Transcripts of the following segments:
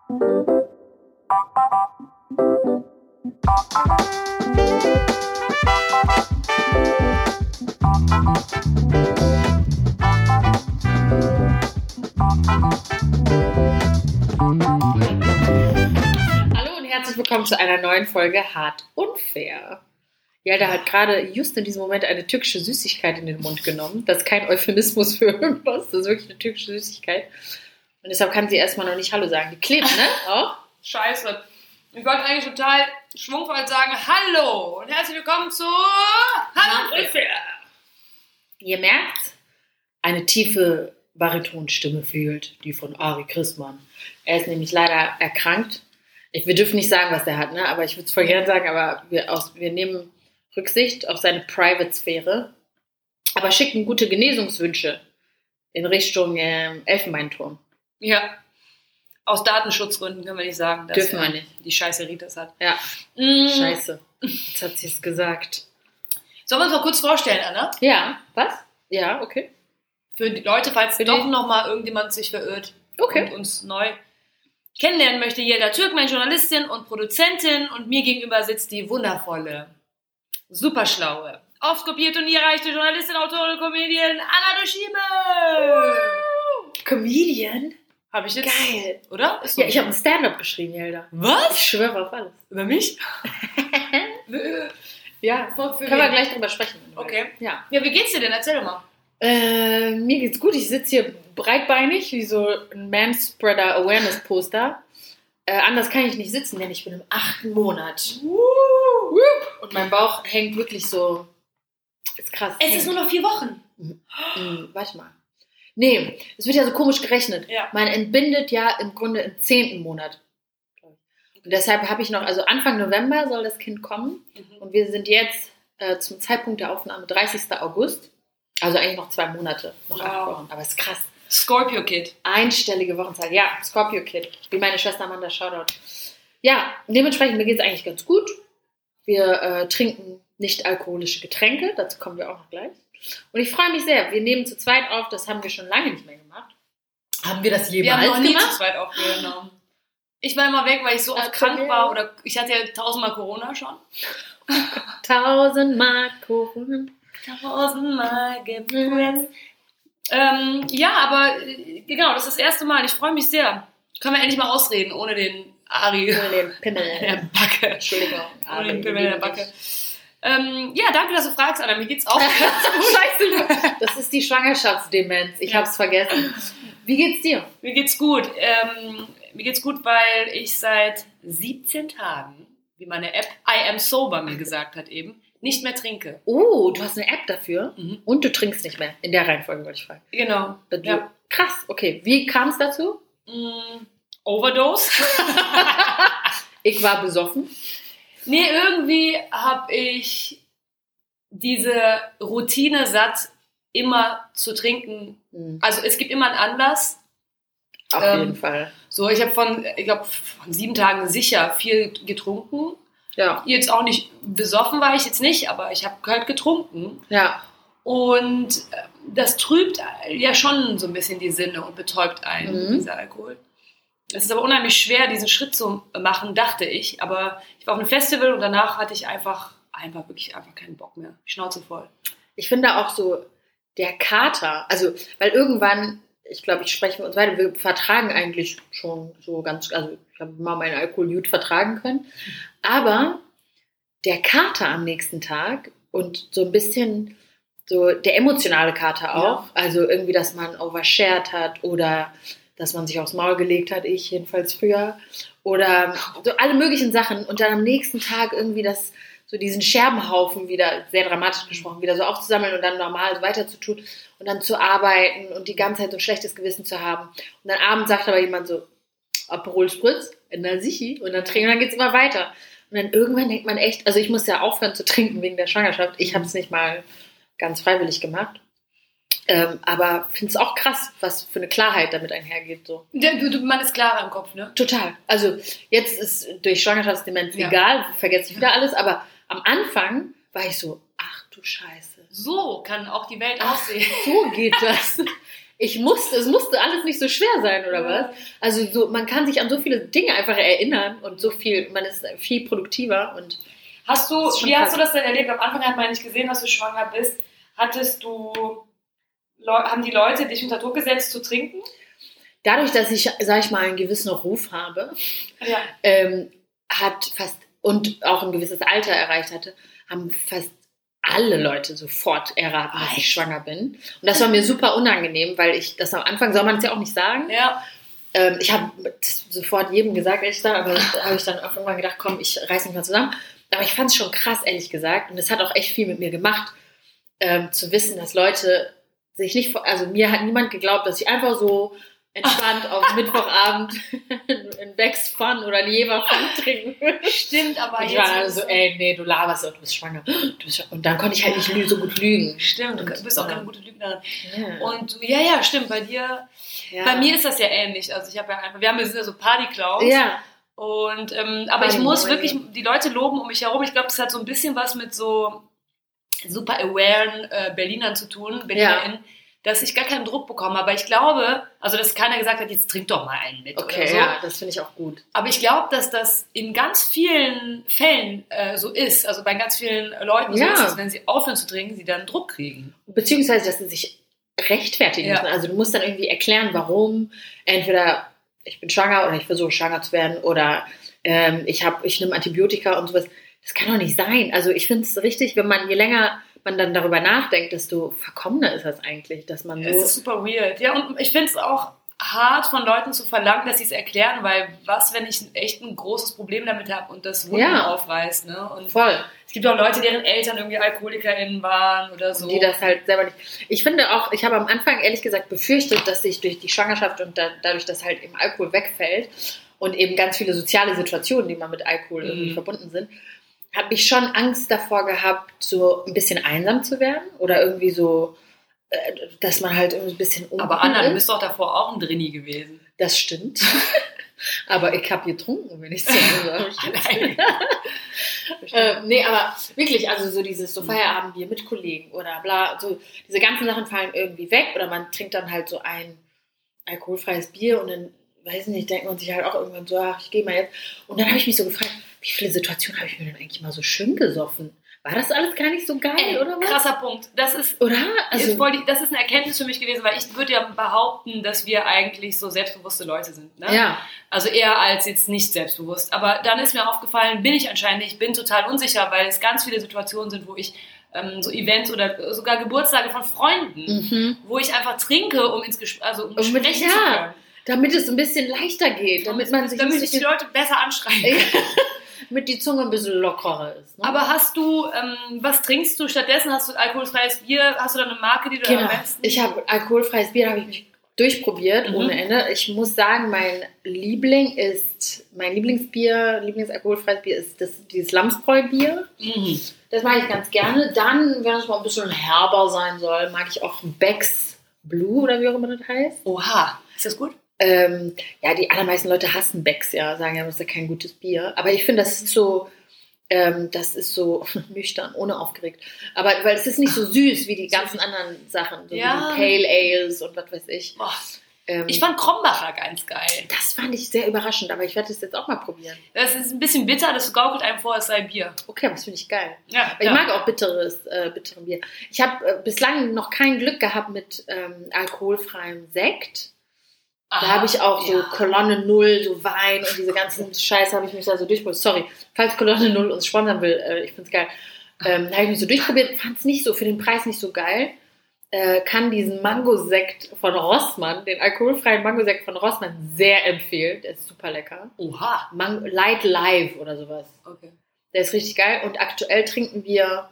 Hallo und herzlich willkommen zu einer neuen Folge Hart Unfair. Jelda hat gerade just in diesem Moment eine türkische Süßigkeit in den Mund genommen. Das ist kein Euphemismus für irgendwas, das ist wirklich eine türkische Süßigkeit. Und deshalb kann sie erstmal noch nicht Hallo sagen. Die klebt, ne? Auch? Scheiße. Ich wollte eigentlich total schwungvoll sagen, hallo und herzlich willkommen zu Hart Unfair. Ihr merkt, eine tiefe Baritonstimme fehlt, die von Ari Christmann. Er ist nämlich leider erkrankt. Wir dürfen nicht sagen, was er hat, ne? Aber ich würde es voll gerne sagen, aber wir nehmen Rücksicht auf seine Private-Sphäre, aber schicken gute Genesungswünsche in Richtung Elfenbeinturm. Ja, aus Datenschutzgründen können wir nicht sagen, dass dürfen wir nicht. Die Scheiße Ritas hat. Ja, Scheiße. Jetzt hat sie es gesagt. Sollen wir uns mal kurz vorstellen, Anna? Ja, was? Ja, okay. Für die Leute, falls doch nochmal irgendjemand sich verirrt und uns neu kennenlernen möchte. Jelda Türkmen, Journalistin und Produzentin, und mir gegenüber sitzt die wundervolle, superschlaue, oft kopierte und nie erreichte Journalistin, Autorin und Comedian Anna Doshime. Comedian? Habe ich jetzt? Geil. Oder? Ja, ich habe ein Stand-up geschrieben, Jelda. Was? Ich schwöre auf alles. Über mich? Ja, können wir gleich drüber sprechen. Okay. Ja, wie geht's dir denn? Erzähl doch mal. mir geht's gut. Ich sitze hier breitbeinig, wie so ein Manspreader Awareness Poster. Anders kann ich nicht sitzen, denn ich bin im 8. Monat. Und mein Bauch hängt wirklich so. Ist krass. Es ist nur noch 4 Wochen. Warte mal. Nee, es wird ja so komisch gerechnet. Ja. Man entbindet ja im Grunde im 10. Monat. Und deshalb habe ich noch, also Anfang November soll das Kind kommen. Und wir sind jetzt zum Zeitpunkt der Aufnahme 30. August. Also eigentlich noch 2 Monate, noch 8 Wochen. Aber es ist krass. Scorpio Kid. Einstellige Wochenzahl. Ja, Scorpio Kid. Wie meine Schwester Amanda, Shoutout. Ja, dementsprechend, mir geht es eigentlich ganz gut. Wir trinken nicht alkoholische Getränke. Dazu kommen wir auch noch gleich. Und ich freue mich sehr. Wir nehmen zu zweit auf. Das haben wir schon lange nicht mehr gemacht. Haben wir das jemals gemacht? Wir haben noch nie gemacht? zu zweit aufgenommen. Ich war immer weg, weil ich so oft krank war. Oder ich hatte ja 1000-mal Corona schon. 1000-mal Corona. 1000-mal geprägt. Ja, aber genau, das ist das erste Mal. Ich freue mich sehr. Können wir endlich mal ausreden, ohne den Ari. Ohne den Pimmel in der Backe. Entschuldigung. Ohne den Pimmel in der Backe. Ja, danke, dass du fragst, Anna. Mir geht's auch ganz gut. Scheiße. Das ist die Schwangerschaftsdemenz. Ich hab's vergessen. Wie geht's dir? Mir geht's gut. Mir geht's gut, weil ich seit 17 Tagen, wie meine App I Am Sober mir gesagt hat eben, nicht mehr trinke. Oh, du hast eine App dafür? Und du trinkst nicht mehr. In der Reihenfolge wollte ich fragen. Genau. Ja. Krass, okay. Wie kam es dazu? Overdose. Ich war besoffen. Nee, irgendwie habe ich diese Routine satt, immer zu trinken. Also es gibt immer einen Anlass. Auf jeden Fall. So, ich habe von 7 Tagen sicher viel getrunken. Ja. Jetzt auch nicht besoffen war ich jetzt nicht, aber ich habe halt getrunken. Ja. Und das trübt ja schon so ein bisschen die Sinne und betäubt einen, dieser Alkohol. Es ist aber unheimlich schwer, diesen Schritt zu machen, dachte ich. Aber ich war auf einem Festival und danach hatte ich einfach keinen Bock mehr. Schnauze voll. Ich finde auch so, der Kater, also, weil irgendwann, ich glaube, ich spreche mit uns beide, wir vertragen eigentlich schon so ganz, also ich habe mal meinen Alkohol gut vertragen können, aber der Kater am nächsten Tag und so ein bisschen so der emotionale Kater auch, also irgendwie, dass man overshared hat oder dass man sich aufs Maul gelegt hat, ich jedenfalls früher, oder so alle möglichen Sachen und dann am nächsten Tag irgendwie so diesen Scherbenhaufen wieder, sehr dramatisch gesprochen, wieder so aufzusammeln und dann normal so weiter zu tun und dann zu arbeiten und die ganze Zeit so ein schlechtes Gewissen zu haben. Und dann abends sagt aber jemand so, Aperol Spritz, na sichi, und dann trinken, und dann geht's immer weiter. Und dann irgendwann denkt man echt, also ich muss ja aufhören zu trinken wegen der Schwangerschaft. Ich habe es nicht mal ganz freiwillig gemacht. Aber finde es auch krass, was für eine Klarheit damit einhergeht. So. Man ist klarer im Kopf, ne? Total. Also jetzt ist durch Schwangerschaftsdemenz egal, vergesse ich wieder alles, aber am Anfang war ich so, ach du Scheiße. So kann auch die Welt aussehen. So geht das. es musste alles nicht so schwer sein, oder was? Also so, man kann sich an so viele Dinge einfach erinnern und man ist viel produktiver und wie hast du das denn erlebt? Am Anfang hat man nicht gesehen, dass du schwanger bist. Haben die Leute dich unter Druck gesetzt zu trinken? Dadurch, dass ich, sag ich mal, einen gewissen Ruf habe, und auch ein gewisses Alter erreicht hatte, haben fast alle Leute sofort erraten, dass ich schwanger bin. Und das war mir super unangenehm, weil am Anfang soll man es ja auch nicht sagen. Ja. Ich habe sofort jedem gesagt, ehrlich gesagt, aber da habe ich dann auch irgendwann gedacht, komm, ich reiß mich mal zusammen. Aber ich fand es schon krass, ehrlich gesagt. Und es hat auch echt viel mit mir gemacht, zu wissen, dass Leute sich nicht, also mir hat niemand geglaubt, dass ich einfach so entspannt auf Mittwochabend ein Becks Fun oder ein Jever Fun trinken würde. Stimmt, aber ich war so, nee, du laberst, du bist schwanger. Und dann konnte ich halt nicht so gut lügen. Stimmt, du bist auch keine gute Lügnerin. Ja. Und stimmt, bei dir, bei mir ist das ja ähnlich. Also ich habe ja einfach, wir sind ja so Party-Clowns. Ja. Und, aber ich muss wirklich die Leute loben um mich herum. Ich glaube, das hat so ein bisschen was mit so super awaren Berlinern zu tun, BerlinerInnen, dass ich gar keinen Druck bekomme. Aber ich glaube, also dass keiner gesagt hat, jetzt trink doch mal einen mit. Okay, oder so. Ja, das finde ich auch gut. Aber ich glaube, dass das in ganz vielen Fällen so ist. Also bei ganz vielen Leuten so ist es, wenn sie aufhören zu trinken, sie dann Druck kriegen. Beziehungsweise, dass sie sich rechtfertigen müssen. Also du musst dann irgendwie erklären, warum. Entweder ich bin schwanger oder ich versuche schwanger zu werden oder ich nehme Antibiotika und sowas. Das kann doch nicht sein. Also ich finde es richtig, je länger man dann darüber nachdenkt, desto verkommener ist das eigentlich, dass man so... Es ist super weird. Ja, und ich finde es auch hart von Leuten zu verlangen, dass sie es erklären, weil wenn ich echt ein großes Problem damit habe und das Wunden aufreißt, ne? Und voll. Es gibt auch Leute, deren Eltern irgendwie AlkoholikerInnen waren oder so. Und die das halt selber nicht... Ich finde auch, ich habe am Anfang ehrlich gesagt befürchtet, dass sich durch die Schwangerschaft und dadurch, dass halt eben Alkohol wegfällt und eben ganz viele soziale Situationen, die man mit Alkohol irgendwie verbunden sind, habe ich schon Angst davor gehabt, so ein bisschen einsam zu werden oder irgendwie so, dass man halt irgendwie ein bisschen Aber Anna, du bist doch davor auch ein Drini gewesen. Das stimmt. Aber ich habe getrunken, wenn ich so sage. Nee, aber wirklich, also so dieses so Feierabendbier mit Kollegen oder bla, so diese ganzen Sachen fallen irgendwie weg oder man trinkt dann halt so ein alkoholfreies Bier und dann, weiß nicht, denkt man sich halt auch irgendwann so, ach, ich gehe mal jetzt. Und dann habe ich mich so gefragt, wie viele Situationen habe ich mir denn eigentlich mal so schön gesoffen? War das alles gar nicht so geil, oder was? Krasser Punkt. Das ist, oder? Also, das ist eine Erkenntnis für mich gewesen, weil ich würde ja behaupten, dass wir eigentlich so selbstbewusste Leute sind. Ne? Ja. Also eher als jetzt nicht selbstbewusst. Aber dann ist mir aufgefallen, bin ich anscheinend nicht. Ich bin total unsicher, weil es ganz viele Situationen sind, wo ich so Events oder sogar Geburtstage von Freunden, wo ich einfach trinke, um sprechen zu können. Damit es ein bisschen leichter geht. Damit sich die Leute besser anschreien können. Damit die Zunge ein bisschen lockerer ist. Ne? Aber was trinkst du stattdessen? Hast du alkoholfreies Bier? Hast du da eine Marke, die du am besten... Ich habe alkoholfreies Bier, da habe ich mich durchprobiert, ohne Ende. Ich muss sagen, mein Lieblingsalkoholfreies Bier ist dieses Lamsbräu-Bier. Das mag ich ganz gerne. Dann, wenn es mal ein bisschen herber sein soll, mag ich auch Becks Blue oder wie auch immer das heißt. Oha, ist das gut? Die allermeisten Leute hassen Becks, sagen ja, das ist ja kein gutes Bier. Aber ich finde, das ist so nüchtern, ohne aufgeregt. Aber weil es ist nicht so süß wie die ganzen anderen Sachen, so wie die Pale Ales und was weiß ich. Ich fand Krombacher ganz geil. Das fand ich sehr überraschend, aber ich werde das jetzt auch mal probieren. Das ist ein bisschen bitter, das gaukelt einem vor, es sei Bier. Okay, aber das finde ich geil. Ja, ich mag auch bitteren Bier. Ich habe bislang noch kein Glück gehabt mit alkoholfreiem Sekt. Da habe ich auch so Kolonne Null, so Wein und diese ganzen Scheiße habe ich mich da so durchprobiert. Sorry, falls Kolonne Null uns sponsern will, ich finde es geil. Habe ich mich so durchprobiert, fand es nicht so, für den Preis nicht so geil. Kann diesen Mangosekt von Rossmann, den alkoholfreien Mangosekt von Rossmann sehr empfehlen. Der ist super lecker. Oha. Light Live oder sowas. Okay. Der ist richtig geil. Und aktuell trinken wir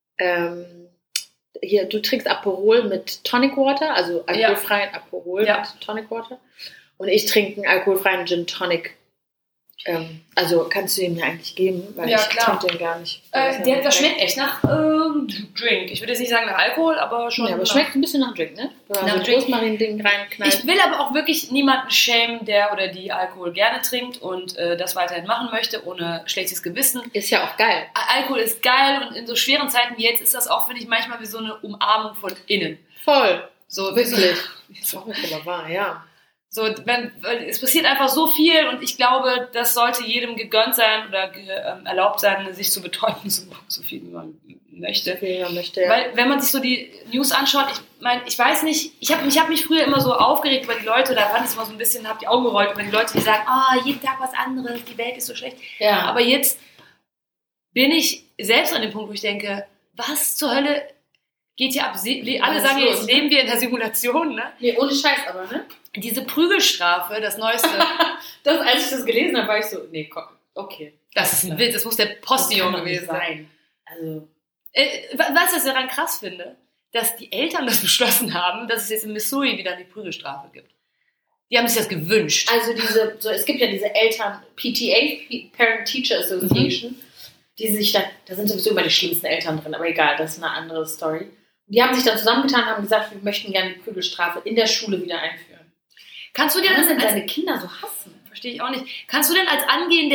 du trinkst Aperol mit Tonic Water, also alkoholfreien Aperol mit Tonic Water. Und ich trinke einen alkoholfreien Gin Tonic. Also kannst du ihn mir eigentlich geben, weil ich trinke den gar nicht. Das schmeckt echt nach Drink. Ich würde jetzt nicht sagen nach Alkohol, aber schon. Ja, aber schmeckt ein bisschen nach Drink, ne? Nach so Rosmarin-Ding reinknallt. Ich will aber auch wirklich niemanden schämen, der oder die Alkohol gerne trinkt und das weiterhin machen möchte, ohne schlechtes Gewissen. Ist ja auch geil. Alkohol ist geil und in so schweren Zeiten wie jetzt ist das auch, finde ich, manchmal wie so eine Umarmung von innen. Voll. So, wirklich. Das ist auch nicht aber wahr, ja. So, es passiert einfach so viel und ich glaube, das sollte jedem gegönnt sein oder erlaubt sein, sich zu betäuben, so viel wie man möchte. Ja. Weil, wenn man sich so die News anschaut, ich weiß nicht, ich hab mich früher immer so aufgeregt über die Leute, da fand ich es immer so ein bisschen, hab die Augen gerollt über die Leute, die sagen, jeden Tag was anderes, die Welt ist so schlecht. Ja. Aber jetzt bin ich selbst an dem Punkt, wo ich denke, was zur Hölle geht hier ab? Alle sagen jetzt, leben wir in der Simulation, ne? Nee, ohne Scheiß aber, ne? Diese Prügelstrafe, das Neueste. Als ich das gelesen habe, war ich so, nee, komm, okay. Das ist ein Witz, das muss der Postillon gewesen sein. Also. Was ich daran krass finde, dass die Eltern das beschlossen haben, dass es jetzt in Missouri wieder die Prügelstrafe gibt. Die haben sich das gewünscht. Also es gibt ja diese Eltern, PTA, Parent Teacher Association, die sich da sind sowieso immer die schlimmsten Eltern drin, aber egal, das ist eine andere Story. Die haben sich dann zusammengetan und haben gesagt, wir möchten gerne die Prügelstrafe in der Schule wieder einführen. Kannst du dir das denn deine Kinder so hassen? Verstehe ich auch nicht. Kannst du denn als angehende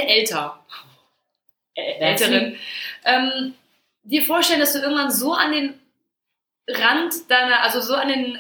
Älterin dir vorstellen, dass du irgendwann so an den Rand deiner, also so an den,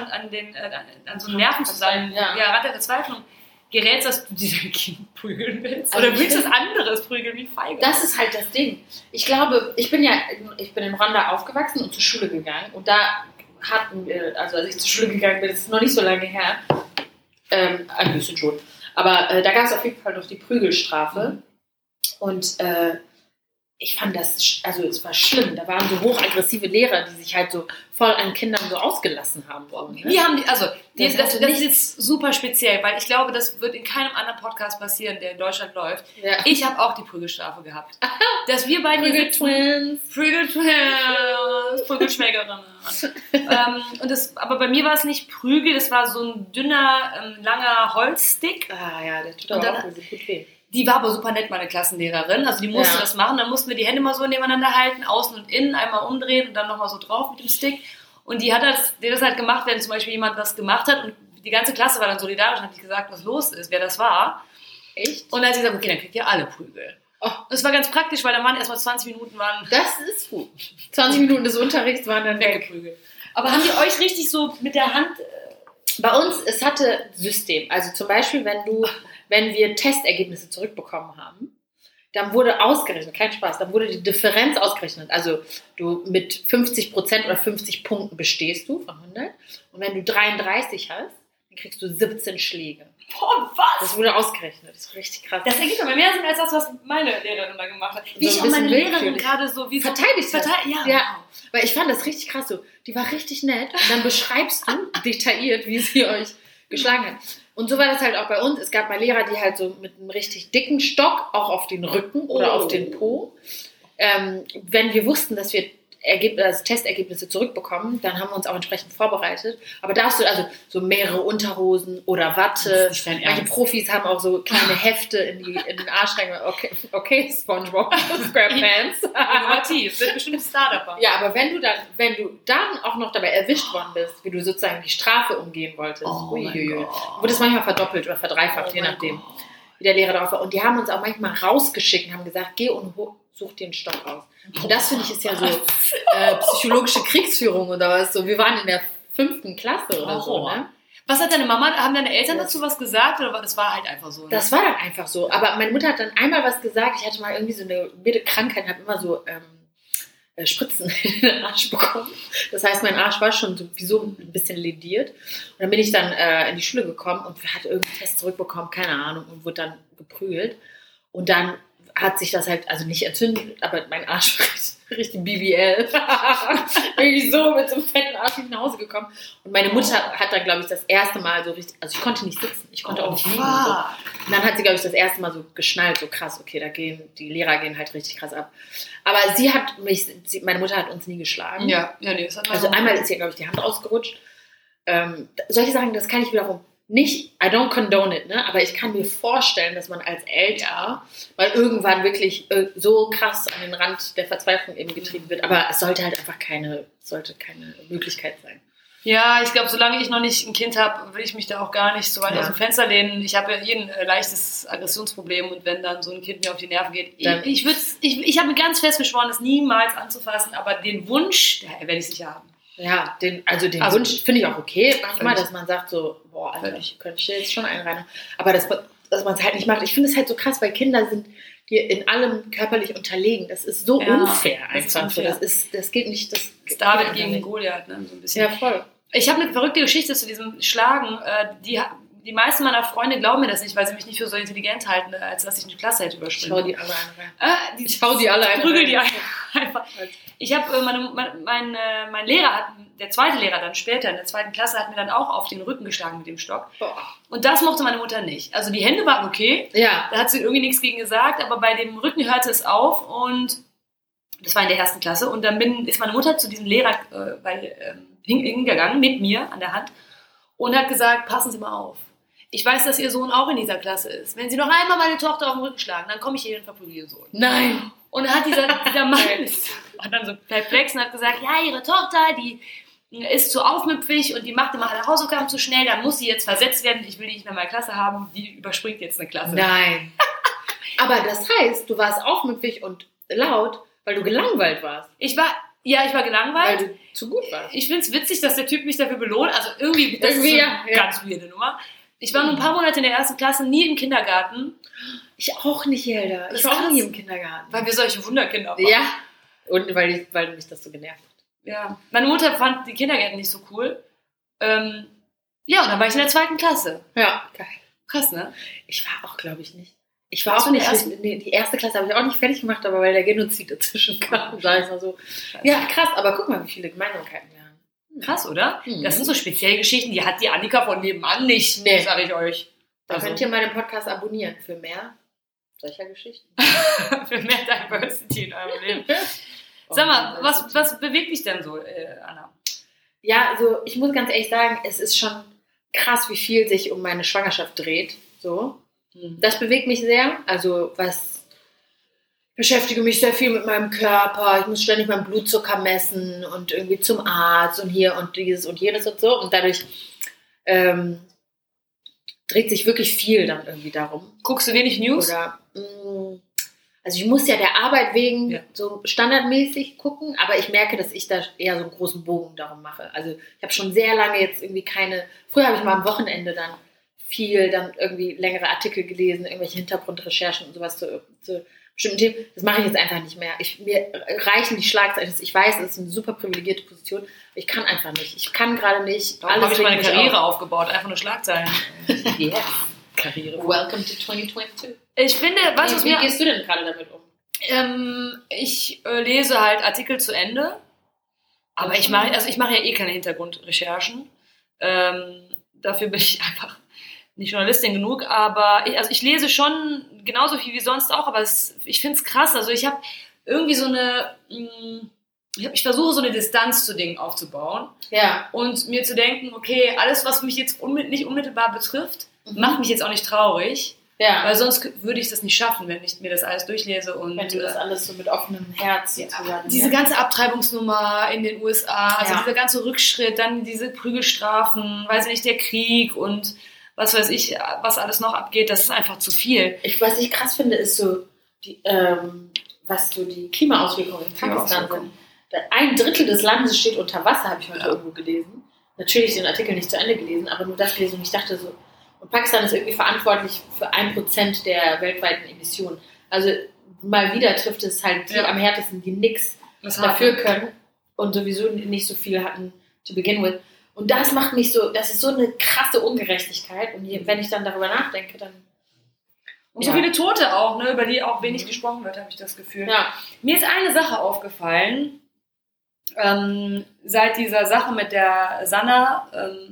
an so Nerven zusammen, Rand der Verzweiflung gerätst, dass du diese Kind prügeln willst? Oder willst du was anderes prügeln, wie feige? Das ist halt das Ding. Ich glaube, ich bin in Rwanda aufgewachsen und zur Schule gegangen und da hatten wir, also als ich zur Schule gegangen bin, das ist noch nicht so lange her, ein bisschen schon, aber da gab es auf jeden Fall noch die Prügelstrafe und ich fand das, also es war schlimm, da waren so hochaggressive Lehrer, die sich halt so voll an Kindern so ausgelassen haben. Ne? Wie haben das ist jetzt super speziell, weil ich glaube, das wird in keinem anderen Podcast passieren, der in Deutschland läuft. Ja. Ich habe auch die Prügelstrafe gehabt. Dass wir beiden hier sitzen, Prügelschwägerinnen. Aber bei mir war es nicht Prügel, das war so ein dünner, langer Holzstick. Ah ja, der tut aber auch gut weh. Die war aber super nett, meine Klassenlehrerin. Also die musste das machen. Dann mussten wir die Hände mal so nebeneinander halten, außen und innen, einmal umdrehen und dann nochmal so drauf mit dem Stick. Und die hat das halt gemacht, wenn zum Beispiel jemand was gemacht hat und die ganze Klasse war dann solidarisch und hat gesagt, was los ist, wer das war. Echt? Und dann hat sie gesagt, okay, dann kriegt ihr alle Prügel. Oh. Das war ganz praktisch, weil dann waren erstmal 20 Minuten Das ist gut. 20 Minuten des Unterrichts waren dann weggeprügelt. Aber haben die euch richtig so mit der Hand... Bei uns, es hatte System. Also zum Beispiel, wenn wir Testergebnisse zurückbekommen haben, dann wurde ausgerechnet, kein Spaß, dann wurde die Differenz ausgerechnet. Also du mit 50% oder 50 Punkten bestehst du von 100. Und wenn du 33 hast, dann kriegst du 17 Schläge. Boah, was? Das wurde ausgerechnet. Das ist richtig krass. Das ergibt aber mehr Sinn als das, was meine Lehrerin da gemacht hat. Wie so ich auch meine Lehrerin gerade so wie verteidigt hat. Ja. Weil ich fand das richtig krass so. Die war richtig nett und dann beschreibst du detailliert, wie sie euch geschlagen hat. Und so war das halt auch bei uns. Es gab mal Lehrer, die halt so mit einem richtig dicken Stock auch auf den Rücken oder auf den Po. Wenn wir wussten, dass wir Testergebnisse zurückbekommen, dann haben wir uns auch entsprechend vorbereitet. Aber da hast du also so mehrere Unterhosen oder Watte. Manche Profis haben auch so kleine Hefte in den Arsch rein. Okay, SpongeBob, Squarepants. Innovativ, wird bestimmt ein Startup. Ja, aber wenn du dann auch noch dabei erwischt worden bist, wie du sozusagen die Strafe umgehen wolltest, wurde es manchmal verdoppelt oder verdreifacht, je nachdem, wie der Lehrer drauf war. Und die haben uns auch manchmal rausgeschickt und haben gesagt, geh und such dir einen Stock aus. Und das finde ich ist ja so psychologische Kriegsführung oder was. So, wir waren in der 5. Klasse oder so. Ne? Was hat deine Mama, haben deine Eltern dazu was gesagt oder das war halt einfach so? Ne? Das war dann einfach so. Aber meine Mutter hat dann einmal was gesagt. Ich hatte mal irgendwie so eine wilde Krankheit, habe immer so Spritzen in den Arsch bekommen. Das heißt, mein Arsch war schon sowieso ein bisschen lediert. Und dann bin ich dann in die Schule gekommen und hatte irgendeinen Test zurückbekommen, keine Ahnung, und wurde dann geprügelt. Und dann hat sich das halt, also nicht entzündet, aber mein Arsch war richtig BBL. Irgendwie so mit so einem fetten Arsch nach Hause gekommen. Und meine Mutter hat dann, glaube ich, das erste Mal so richtig, also ich konnte nicht sitzen, ich konnte auch nicht liegen. Und, so. Und dann hat sie, glaube ich, das erste Mal so geschnallt, so krass, okay, die Lehrer gehen halt richtig krass ab. Aber meine Mutter hat uns nie geschlagen. Ja, nee, das hat also einmal ist ihr, glaube ich, die Hand ausgerutscht. Solche Sachen, das kann ich wiederum nicht, I don't condone it, ne? Aber ich kann mir vorstellen, dass man als Eltern mal irgendwann wirklich so krass an den Rand der Verzweiflung eben getrieben wird. Aber es sollte halt einfach keine Möglichkeit sein. Ja, ich glaube, solange ich noch nicht ein Kind habe, will ich mich da auch gar nicht so weit aus dem Fenster lehnen. Ich habe ja ein leichtes Aggressionsproblem und wenn dann so ein Kind mir auf die Nerven geht, ich habe mir ganz fest geschworen, das niemals anzufassen, aber den Wunsch, werde ich sicher haben. Ja, den Wunsch finde ich auch okay manchmal, dass man sagt so, boah, Alter, könnte ich jetzt schon einreinen. Aber dass man es halt nicht macht. Ich finde es halt so krass, weil Kinder sind dir in allem körperlich unterlegen. Das ist so unfair einfach. Das geht nicht. Das David gegen Goliath, ne? So ein bisschen. Ja, voll. Ich habe eine verrückte Geschichte zu diesem Schlagen. Die meisten meiner Freunde glauben mir das nicht, weil sie mich nicht für so intelligent halten, als dass ich eine Klasse hätte überspringen. Ich hau die alle ein. Prügel die einfach. Ich habe mein Lehrer der zweite Lehrer dann später in der 2. Klasse hat mir dann auch auf den Rücken geschlagen mit dem Stock. Boah. Und das mochte meine Mutter nicht. Also die Hände waren okay. Ja. Da hat sie irgendwie nichts gegen gesagt, aber bei dem Rücken hörte es auf und das war in der 1. Klasse. Und dann ist meine Mutter zu diesem Lehrer hingegangen mit mir an der Hand und hat gesagt, passen Sie mal auf. Ich weiß, dass Ihr Sohn auch in dieser Klasse ist. Wenn Sie noch einmal meine Tochter auf den Rücken schlagen, dann komme ich hier und verprügel Ihren Sohn. Nein. Und dann hat dieser Mann hat dann so perplex und hat gesagt, ja, Ihre Tochter, die ist zu aufmüpfig und die macht immer alle Hausaufgaben zu schnell, dann muss sie jetzt versetzt werden, ich will die nicht mehr in meiner Klasse haben, die überspringt jetzt eine Klasse. Nein. Aber das heißt, du warst aufmüpfig und laut, weil du gelangweilt warst. Ich war gelangweilt. Weil du zu gut warst. Ich finde es witzig, dass der Typ mich dafür belohnt. Also irgendwie das ist so eine ganz weirde Nummer. Ich war nur ein paar Monate in der 1. Klasse, nie im Kindergarten. Ich auch nicht, Helda. Ich war auch nie im Kindergarten. Weil wir solche Wunderkinder waren. Ja. Und weil mich das so genervt hat. Ja. Meine Mutter fand die Kindergärten nicht so cool. Ja, und dann war ich in der 2. Klasse. Ja, geil. Krass, ne? Ich war auch, glaube ich, nicht. Ich war auch nicht. Die 1. Klasse habe ich auch nicht fertig gemacht, aber weil der Genozid dazwischen kam, sag ich mal so. Ja, krass, aber guck mal, wie viele Gemeinsamkeiten wir haben. Krass, oder? Das sind so spezielle Geschichten, die hat die Annika von nebenan nicht, sag ich euch. Da könnt ihr meinen Podcast abonnieren für mehr solcher Geschichten. Für mehr Diversity in eurem Leben. Sag mal, was bewegt dich denn so, Anna? Ja, also ich muss ganz ehrlich sagen, es ist schon krass, wie viel sich um meine Schwangerschaft dreht. So. Das bewegt mich sehr. Also ich beschäftige mich sehr viel mit meinem Körper. Ich muss ständig meinen Blutzucker messen und irgendwie zum Arzt und hier und dieses und jenes und so. Und dadurch dreht sich wirklich viel dann irgendwie darum. Guckst du wenig News? Also ich muss ja der Arbeit wegen so standardmäßig gucken, aber ich merke, dass ich da eher so einen großen Bogen darum mache. Also ich habe schon sehr lange jetzt irgendwie früher habe ich mal am Wochenende dann irgendwie längere Artikel gelesen, irgendwelche Hintergrundrecherchen und sowas zu bestimmten Themen. Das mache ich jetzt einfach nicht mehr. Mir reichen die Schlagzeilen. Ich weiß, es ist eine super privilegierte Position, aber ich kann einfach nicht. Ich kann gerade nicht. Warum habe ich meine Karriere aufgebaut? Einfach nur Schlagzeilen. Yeah. Karriere. Welcome to 2022. Ich finde, wie gehst du denn gerade damit um? Ich lese halt Artikel zu Ende, aber ich mache ja eh keine Hintergrundrecherchen. Dafür bin ich einfach nicht Journalistin genug, aber ich lese schon genauso viel wie sonst auch, aber ich finde es krass. Also ich habe irgendwie ich versuche so eine Distanz zu Dingen aufzubauen und mir zu denken, okay, alles, was mich jetzt nicht unmittelbar betrifft, macht mich jetzt auch nicht traurig. Ja. Weil sonst würde ich das nicht schaffen, wenn ich mir das alles durchlese. Und wenn du das alles so mit offenem Herz sozusagen. Diese ganze Abtreibungsnummer in den USA, also dieser ganze Rückschritt, dann diese Prügelstrafen, weiß ich nicht, der Krieg und was weiß ich, was alles noch abgeht, das ist einfach zu viel. Was ich krass finde, ist so, was so die Klimaauswirkungen in Pakistan sind. 1/3 des Landes steht unter Wasser, habe ich heute irgendwo gelesen. Natürlich den Artikel nicht zu Ende gelesen, aber nur das gelesen und ich dachte so, und Pakistan ist irgendwie verantwortlich für 1% der weltweiten Emissionen. Also mal wieder trifft es halt die am härtesten, die nichts dafür können und sowieso nicht so viel hatten to begin with. Und das macht mich so, das ist so eine krasse Ungerechtigkeit. Und wenn ich dann darüber nachdenke, dann... Und so viele Tote auch, ne, über die auch wenig gesprochen wird, habe ich das Gefühl. Ja. Mir ist eine Sache aufgefallen, seit dieser Sache mit der Sanna,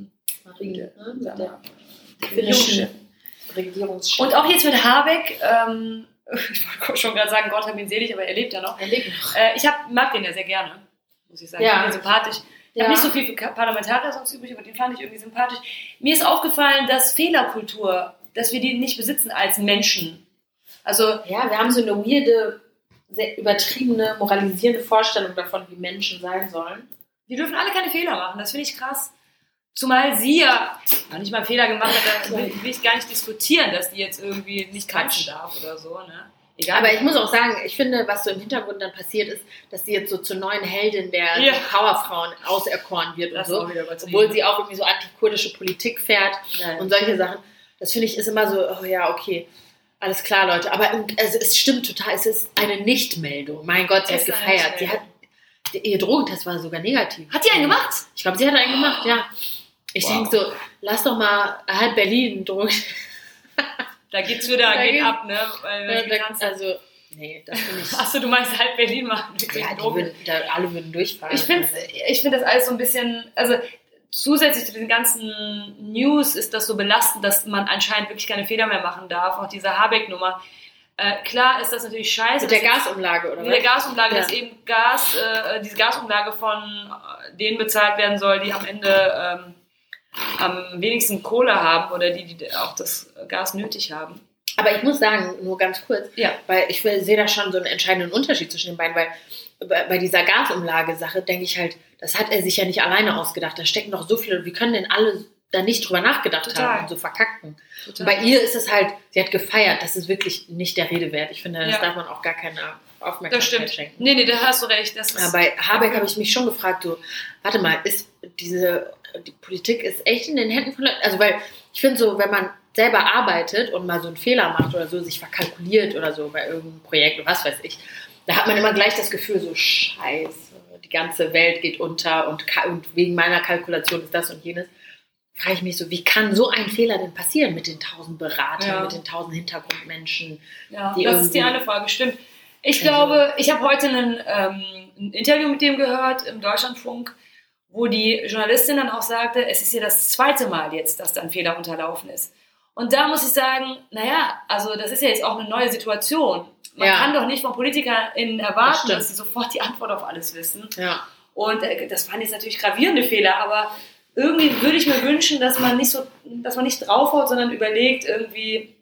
Regierungschef. Und auch jetzt mit Habeck, ich wollte schon gerade sagen, Gott hab ihn selig, aber er lebt ja noch. Er lebt noch. Ich mag den ja sehr gerne, muss ich sagen. Ich finde ihn sympathisch. Ich habe nicht so viel für Parlamentarier sonst übrig, aber den fand ich irgendwie sympathisch. Mir ist aufgefallen, dass Fehlerkultur, dass wir die nicht besitzen als Menschen. Also ja, wir haben so eine weirde, sehr übertriebene, moralisierende Vorstellung davon, wie Menschen sein sollen. Die dürfen alle keine Fehler machen, das finde ich krass. Zumal sie ja nicht mal einen Fehler gemacht hat, da will ich gar nicht diskutieren, dass die jetzt irgendwie nicht tanzen darf oder so. Ne? Egal. Aber ich muss auch sagen, ich finde, was so im Hintergrund dann passiert ist, dass sie jetzt so zur neuen Heldin der Powerfrauen auserkoren wird und so. Obwohl sie auch irgendwie so antikurdische Politik fährt und solche Sachen. Das finde ich ist immer so, oh ja, okay, alles klar, Leute. Aber es stimmt total, es ist eine Nichtmeldung. Mein Gott, sie hat gefeiert. Ihr Drogentest war sogar negativ. Hat die einen gemacht? Ich glaube, sie hat einen gemacht, ja. Ich denke so, lass doch mal halb Berlin Drogen. Da geht's wieder, geht ab, ne? Also, nee, das finde ich... Achso, du meinst halb Berlin machen. Ja, alle würden durchfallen. Ich finde das alles so ein bisschen... Also, zusätzlich zu den ganzen News ist das so belastend, dass man anscheinend wirklich keine Fehler mehr machen darf. Auch diese Habeck-Nummer. Klar ist das natürlich scheiße. Mit der Gasumlage, oder was? Mit der Gasumlage, dass eben diese Gasumlage von denen bezahlt werden soll, die am Ende... am wenigsten Kohle haben oder die auch das Gas nötig haben. Aber ich muss sagen, nur ganz kurz, weil ich sehe da schon so einen entscheidenden Unterschied zwischen den beiden, weil bei dieser Gasumlage-Sache denke ich halt, das hat er sich ja nicht alleine ausgedacht, da stecken noch so viele, wie können denn alle da nicht drüber nachgedacht haben und so verkacken. Und bei ihr ist es halt, sie hat gefeiert, das ist wirklich nicht der Rede wert. Ich finde, das darf man auch gar keine Aufmerksamkeit schenken. Nee, da hast du recht. Bei Habeck habe ich mich schon gefragt, so, warte mal, die Politik ist echt in den Händen von Leuten, also weil ich finde so, wenn man selber arbeitet und mal so einen Fehler macht oder so, sich verkalkuliert oder so bei irgendeinem Projekt oder was weiß ich, da hat man immer gleich das Gefühl so, scheiße, die ganze Welt geht unter und wegen meiner Kalkulation ist das und jenes. Frage ich mich so, wie kann so ein Fehler denn passieren mit den 1000 Beratern, mit den 1000 Hintergrundmenschen? Ja, das ist die eine Frage, stimmt. Ich glaube, ich habe heute ein Interview mit dem gehört im Deutschlandfunk, wo die Journalistin dann auch sagte, es ist ja das zweite Mal jetzt, dass da ein Fehler unterlaufen ist. Und da muss ich sagen, also das ist ja jetzt auch eine neue Situation. Man kann doch nicht von PolitikerInnen erwarten, dass sie sofort die Antwort auf alles wissen. Ja. Und das waren jetzt natürlich gravierende Fehler, aber irgendwie würde ich mir wünschen, dass man nicht draufhaut, sondern überlegt irgendwie,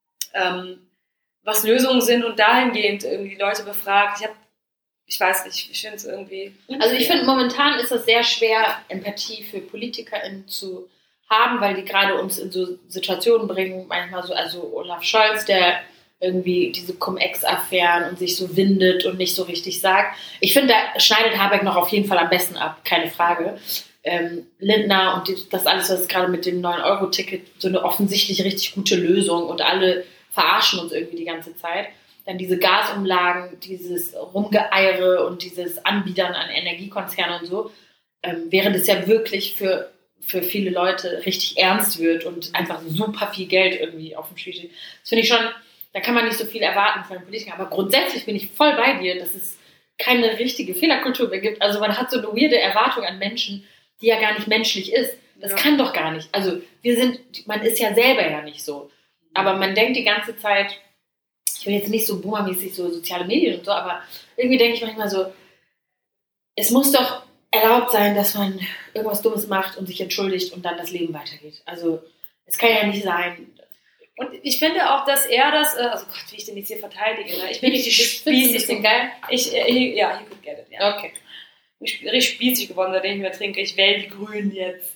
was Lösungen sind und dahingehend irgendwie die Leute befragt. Ich weiß nicht, ich finde es irgendwie... Also ich finde, momentan ist es sehr schwer, Empathie für PolitikerInnen zu haben, weil die gerade uns in so Situationen bringen, manchmal so, also Olaf Scholz, der irgendwie diese Cum-Ex-Affären und sich so windet und nicht so richtig sagt. Ich finde, da schneidet Habeck noch auf jeden Fall am besten ab, keine Frage. Lindner und das alles, was gerade mit dem 9-Euro-Ticket, so eine offensichtlich richtig gute Lösung und alle verarschen uns irgendwie die ganze Zeit. Dann diese Gasumlagen, dieses Rumgeeiere und dieses Anbiedern an Energiekonzerne und so, während es ja wirklich für viele Leute richtig ernst wird und einfach super viel Geld irgendwie auf dem Spiel steht. Das finde ich schon, da kann man nicht so viel erwarten von den Politikern. Aber grundsätzlich bin ich voll bei dir, dass es keine richtige Fehlerkultur mehr gibt. Also man hat so eine weirde Erwartung an Menschen, die ja gar nicht menschlich ist. Das kann doch gar nicht. Also man ist ja selber ja nicht so. Aber man denkt die ganze Zeit, ich will jetzt nicht so boomermäßig so soziale Medien und so, aber irgendwie denke ich manchmal so, es muss doch erlaubt sein, dass man irgendwas Dummes macht und sich entschuldigt und dann das Leben weitergeht. Also es kann ja nicht sein. Und ich finde auch, dass er das, also Gott, wie ich den jetzt hier verteidige, ne? Ich bin richtig spießig. Ist geil? Ja, he could get it, ja. Okay. Ich bin richtig spießig geworden, seitdem ich mehr trinke. Ich wähle die Grünen jetzt.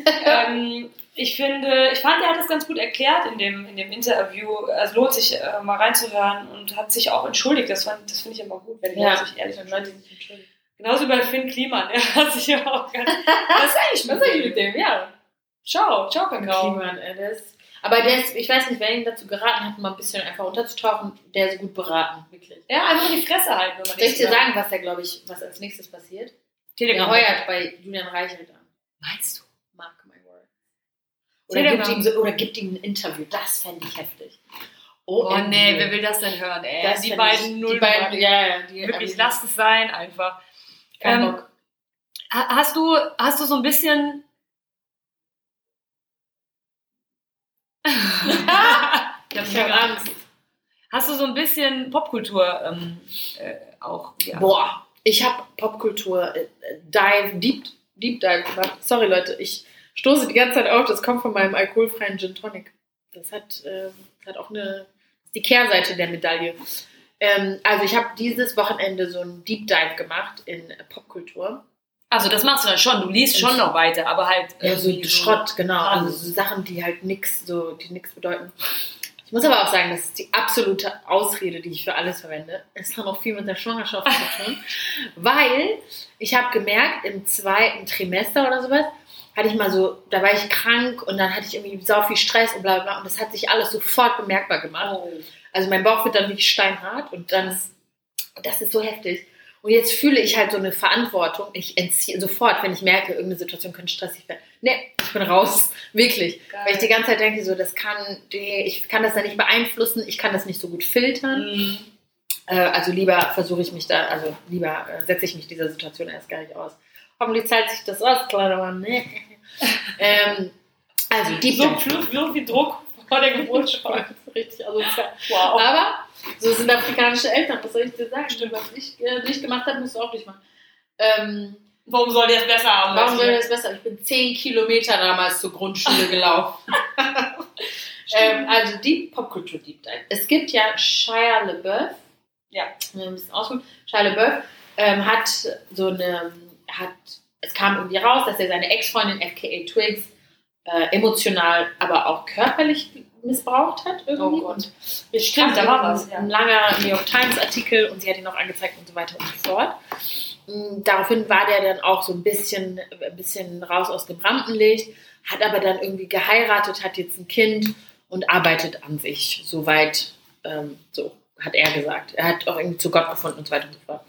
Ich fand, er hat das ganz gut erklärt in dem Interview. Es lohnt sich, mal reinzuhören und hat sich auch entschuldigt. Das finde ich immer gut, wenn Leute sich ehrlich entschuldigen. Genauso bei Finn Kliman. Er hat sich ja auch ganz... Was ist eigentlich mit dem? Ja. Ciao, Kakao. Kliman, aber der ist, ich weiß nicht, wer ihn dazu geraten hat, mal ein bisschen einfach unterzutauchen, der ist gut beraten, wirklich. Ja, einfach die Fresse halten. Wenn man soll ich dir sagen, was als nächstes passiert? Telegram. Er heuert bei Julian Reichelt an. Meinst du? Mark my word. Oder gibt ihm ein Interview. Das fände ich heftig. Oh nee, wer will das denn hören, ey? Die beiden, wirklich, lasst es sein, einfach. Kein Bock. Hast du so ein bisschen... Ich habe Angst. Hast du so ein bisschen Popkultur auch? Ja. Boah, ich habe Popkultur Deep Dive gemacht. Sorry Leute, ich stoße die ganze Zeit auf, das kommt von meinem alkoholfreien Gin Tonic. Das hat auch die Kehrseite der Medaille. Also ich habe dieses Wochenende so ein Deep Dive gemacht in Popkultur. Also das machst du dann schon, du liest schon noch weiter, aber halt... Ja, so Schrott, genau. Also so Sachen, die halt nix bedeuten. Ich muss aber auch sagen, das ist die absolute Ausrede, die ich für alles verwende. Es hat auch viel mit der Schwangerschaft zu tun, weil ich habe gemerkt, im 2. Trimester oder sowas, hatte ich mal so, da war ich krank und dann hatte ich irgendwie sau viel Stress und bla bla und das hat sich alles sofort bemerkbar gemacht. Oh. Also mein Bauch wird dann wirklich steinhart und dann, das ist so heftig. Und jetzt fühle ich halt so eine Verantwortung. Ich entziehe sofort, wenn ich merke, irgendeine Situation könnte stressig werden. Nee, ich bin raus. Wirklich. Geil. Weil ich die ganze Zeit denke, so, ich kann das ja nicht beeinflussen, ich kann das nicht so gut filtern. Also lieber versuche ich mich da, also lieber setze ich mich dieser Situation erst gar nicht aus. Hoffentlich zahlt sich das aus, kleiner Mann. Nee. Also, die so viel Druck vor der Geburt schon. Richtig, also wow. Aber so sind afrikanische Eltern, was soll ich dir sagen? Stimmt. Was ich nicht gemacht habe, musst du auch nicht machen. Warum soll die das besser haben? Warum soll die das besser haben? Ich bin 10 Kilometer damals zur Grundschule gelaufen. Also die Popkultur Deep Dive. Es gibt ja Shia LaBeouf. Ja. Ein bisschen ausholen. Shia LaBeouf es kam irgendwie raus, dass er seine Ex-Freundin FKA Twigs emotional, aber auch körperlich missbraucht hat irgendwie. Oh Gott. Und stimmt, da war was. Ein langer New York Times Artikel und sie hat ihn auch angezeigt und so weiter und so fort. Daraufhin war der dann auch so ein bisschen raus aus dem Rampenlicht, hat aber dann irgendwie geheiratet, hat jetzt ein Kind und arbeitet an sich. Soweit, so hat er gesagt. Er hat auch irgendwie zu Gott gefunden und so weiter und so fort.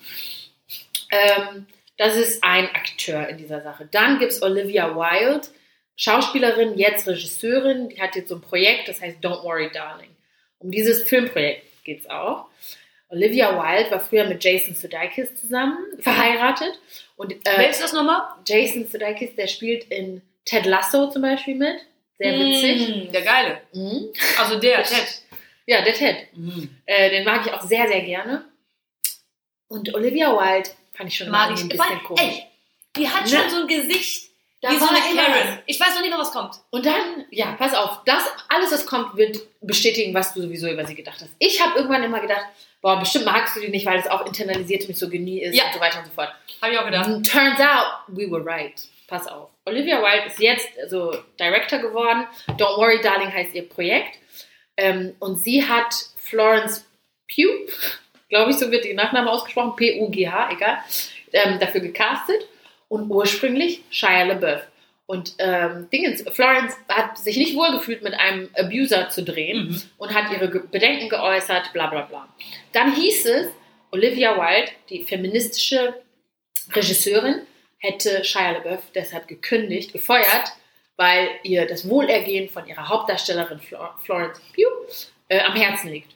Das ist ein Akteur in dieser Sache. Dann gibt es Olivia Wilde, Schauspielerin, jetzt Regisseurin, die hat jetzt so ein Projekt, das heißt Don't Worry Darling. Um dieses Filmprojekt geht es auch. Olivia Wilde war früher mit Jason Sudeikis zusammen, verheiratet. Und, wer ist das nochmal? Jason Sudeikis, der spielt in Ted Lasso zum Beispiel mit. Sehr witzig. Der Geile. Also der Ted. Ja, der Ted. Den mag ich auch sehr, sehr gerne. Und Olivia Wilde fand ich schon mag ein bisschen komisch. Ey, die hat schon so ein Gesicht wie so eine Karen. Ich weiß noch nicht mehr, was kommt. Und dann, ja, pass auf, alles, was kommt, wird bestätigen, was du sowieso über sie gedacht hast. Ich habe irgendwann immer gedacht, boah, bestimmt magst du die nicht, weil das auch internalisierte Misogynie ist und so weiter und so fort. Habe ich auch gedacht. Turns out, we were right. Pass auf. Olivia Wilde ist jetzt so Director geworden. Don't Worry Darling heißt ihr Projekt. Und sie hat Florence Pugh, glaube ich, so wird ihr Nachname ausgesprochen, P-U-G-H, egal, dafür gecastet. Und ursprünglich Shia LaBeouf. Und Florence hat sich nicht wohlgefühlt, mit einem Abuser zu drehen und hat ihre Bedenken geäußert, bla bla bla. Dann hieß es, Olivia Wilde, die feministische Regisseurin, hätte Shia LaBeouf deshalb gefeuert, weil ihr das Wohlergehen von ihrer Hauptdarstellerin Florence Pugh am Herzen liegt.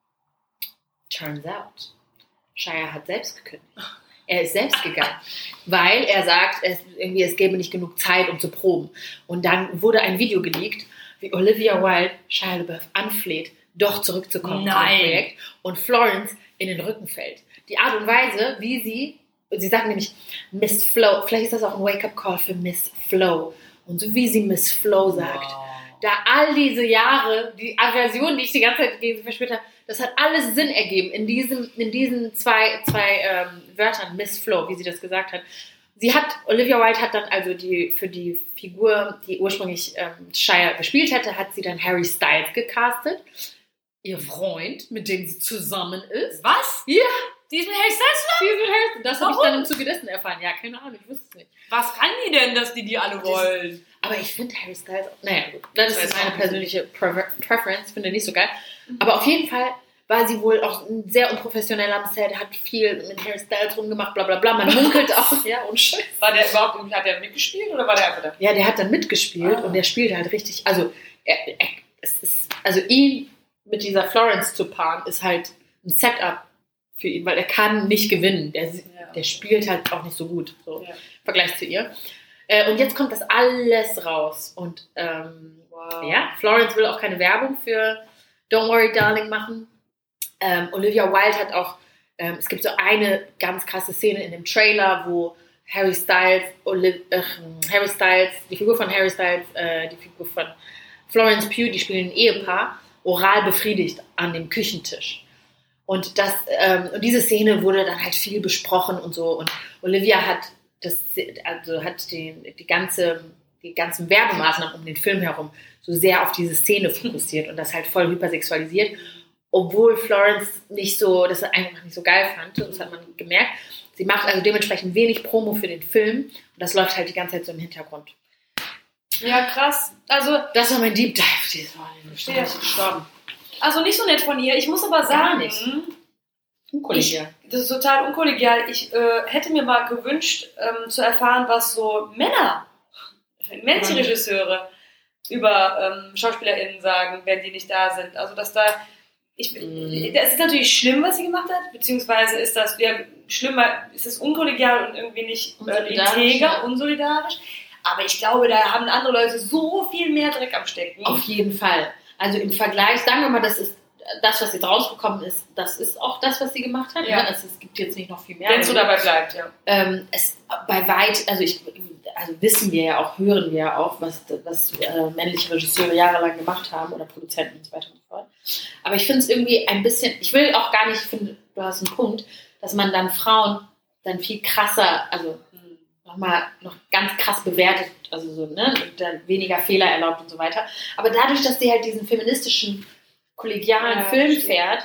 Turns out, Shia hat selbst gekündigt. Er ist selbst gegangen, weil er sagt, es gäbe nicht genug Zeit, um zu proben. Und dann wurde ein Video geleakt, wie Olivia Wilde Shia LaBeouf anfleht, doch zurückzukommen zum Projekt und Florence in den Rücken fällt. Die Art und Weise, wie sie sagt nämlich Miss Flo, vielleicht ist das auch ein Wake-up-Call für Miss Flo. Und so wie sie Miss Flo sagt, da all diese Jahre, die Aversion, die ich die ganze Zeit gegen sie verspürt habe, das hat alles Sinn ergeben in diesen zwei Wörtern, Miss Flo, wie sie das gesagt hat. Olivia Wilde hat dann also für die Figur, die ursprünglich Shia gespielt hätte, hat sie dann Harry Styles gecastet. Ihr Freund, mit dem sie zusammen ist. Was? Ja. Die ist mit Harry Styles zusammen? Die ist mit Harry Styles. Das habe ich dann im Zuge dessen erfahren. Ja, keine Ahnung, ich wusste es nicht. Was kann die denn, dass die alle wollen? Aber ich finde Harry Styles, naja gut, das ist meine persönliche Preference, finde ich nicht so geil. Aber auf jeden Fall war sie wohl auch ein sehr unprofessioneller am Set, hat viel mit Harry Styles rumgemacht, bla bla bla. Man munkelt auch, ja, und Scheiß. Hat der mitgespielt oder war der einfach da? Ja, der hat dann mitgespielt und der spielt halt richtig, also ihn mit dieser Florence zu paaren, ist halt ein Setup für ihn, weil er kann nicht gewinnen. Der spielt halt auch nicht so gut, so im Vergleich zu ihr. Und jetzt kommt das alles raus. Und ja, Florence will auch keine Werbung für Don't Worry Darling machen. Olivia Wilde hat auch, es gibt so eine ganz krasse Szene in dem Trailer, wo Harry Styles, die Figur von Harry Styles, die Figur von Florence Pugh, die spielen ein Ehepaar, oral befriedigt an dem Küchentisch. Und diese Szene wurde dann halt viel besprochen und so. Und Olivia hat die die ganzen Werbemaßnahmen um den Film herum so sehr auf diese Szene fokussiert und das halt voll hypersexualisiert, obwohl Florence das einfach nicht so geil fand. Das hat man gemerkt. Sie macht also dementsprechend wenig Promo für den Film und das läuft halt die ganze Zeit so im Hintergrund. Ja, krass. Also, das war mein Deep Dive. Die ist gestorben. Also nicht so nett von ihr. Ich muss aber sagen, unkollegial. Das ist total unkollegial. Ich hätte mir mal gewünscht, zu erfahren, was so männliche Regisseure über SchauspielerInnen sagen, wenn die nicht da sind. Also, dass da es ist natürlich schlimm, was sie gemacht hat, beziehungsweise ist das schlimmer, ist es unkollegial und irgendwie nicht integer, unsolidarisch. Aber ich glaube, da haben andere Leute so viel mehr Dreck am Stecken. Auf jeden Fall. Also im Vergleich, sagen wir mal, das ist das, was jetzt rausgekommen ist, das ist auch das, was sie gemacht hat. Ja. Also es gibt jetzt nicht noch viel mehr. Wenn es so dabei bleibt, ja. Es bei weit, also wissen wir ja auch, hören wir ja auch, was männliche Regisseure jahrelang gemacht haben oder Produzenten und so weiter und so fort. Aber ich finde es irgendwie ein bisschen, ich will auch gar nicht, ich finde, du hast einen Punkt, dass man dann Frauen dann viel krasser, also noch ganz krass bewertet, also so, ne, und dann weniger Fehler erlaubt und so weiter. Aber dadurch, dass sie halt diesen feministischen, kollegialen Film fährt,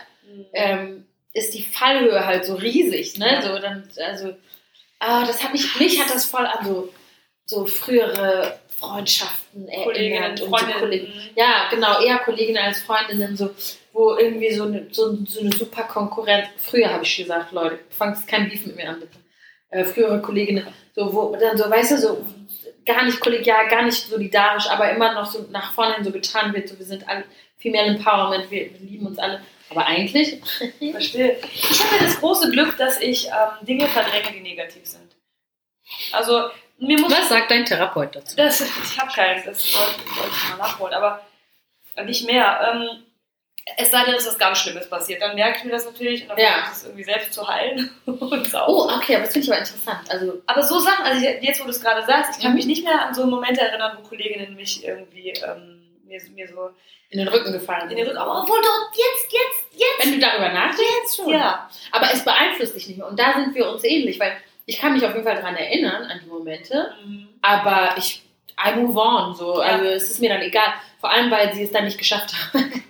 ist die Fallhöhe halt so riesig, ne, ja. so dann, also, das hat mich hat das voll an so frühere Freundschaften erinnert. Freundinnen. Ja, genau, eher Kolleginnen als Freundinnen, so, wo irgendwie so eine super Konkurrenz, früher habe ich gesagt, Leute, fangt kein Beef mit mir an, bitte. Frühere Kolleginnen, so, wo dann so, weißt du, so gar nicht kollegial, gar nicht solidarisch, aber immer noch so nach vorne hin so getan wird, so wir sind alle Female Empowerment, wir lieben uns alle. Aber eigentlich... Verstehe. Ich habe ja das große Glück, dass ich Dinge verdränge, die negativ sind. Also, was sagt dein Therapeut dazu? Ich habe keins, das wollte ich mal nachholen, aber nicht mehr. Es sei denn, dass was ganz Schlimmes passiert, dann merke ich mir das natürlich und dann versuche ich es irgendwie selbst zu heilen. Okay, aber das finde ich aber interessant. Aber so Sachen, also jetzt, wo du es gerade sagst, ich kann mich nicht mehr an so Momente erinnern, wo Kolleginnen mich irgendwie mir so in den Rücken gefallen sind. Aber obwohl doch jetzt. Wenn du darüber nachdenkst, jetzt schon. Ja. Aber es beeinflusst dich nicht mehr. Und da sind wir uns ähnlich, weil ich kann mich auf jeden Fall daran erinnern, an die Momente, aber I move on, so. Ja. Also es ist mir dann egal. Vor allem, weil sie es dann nicht geschafft haben.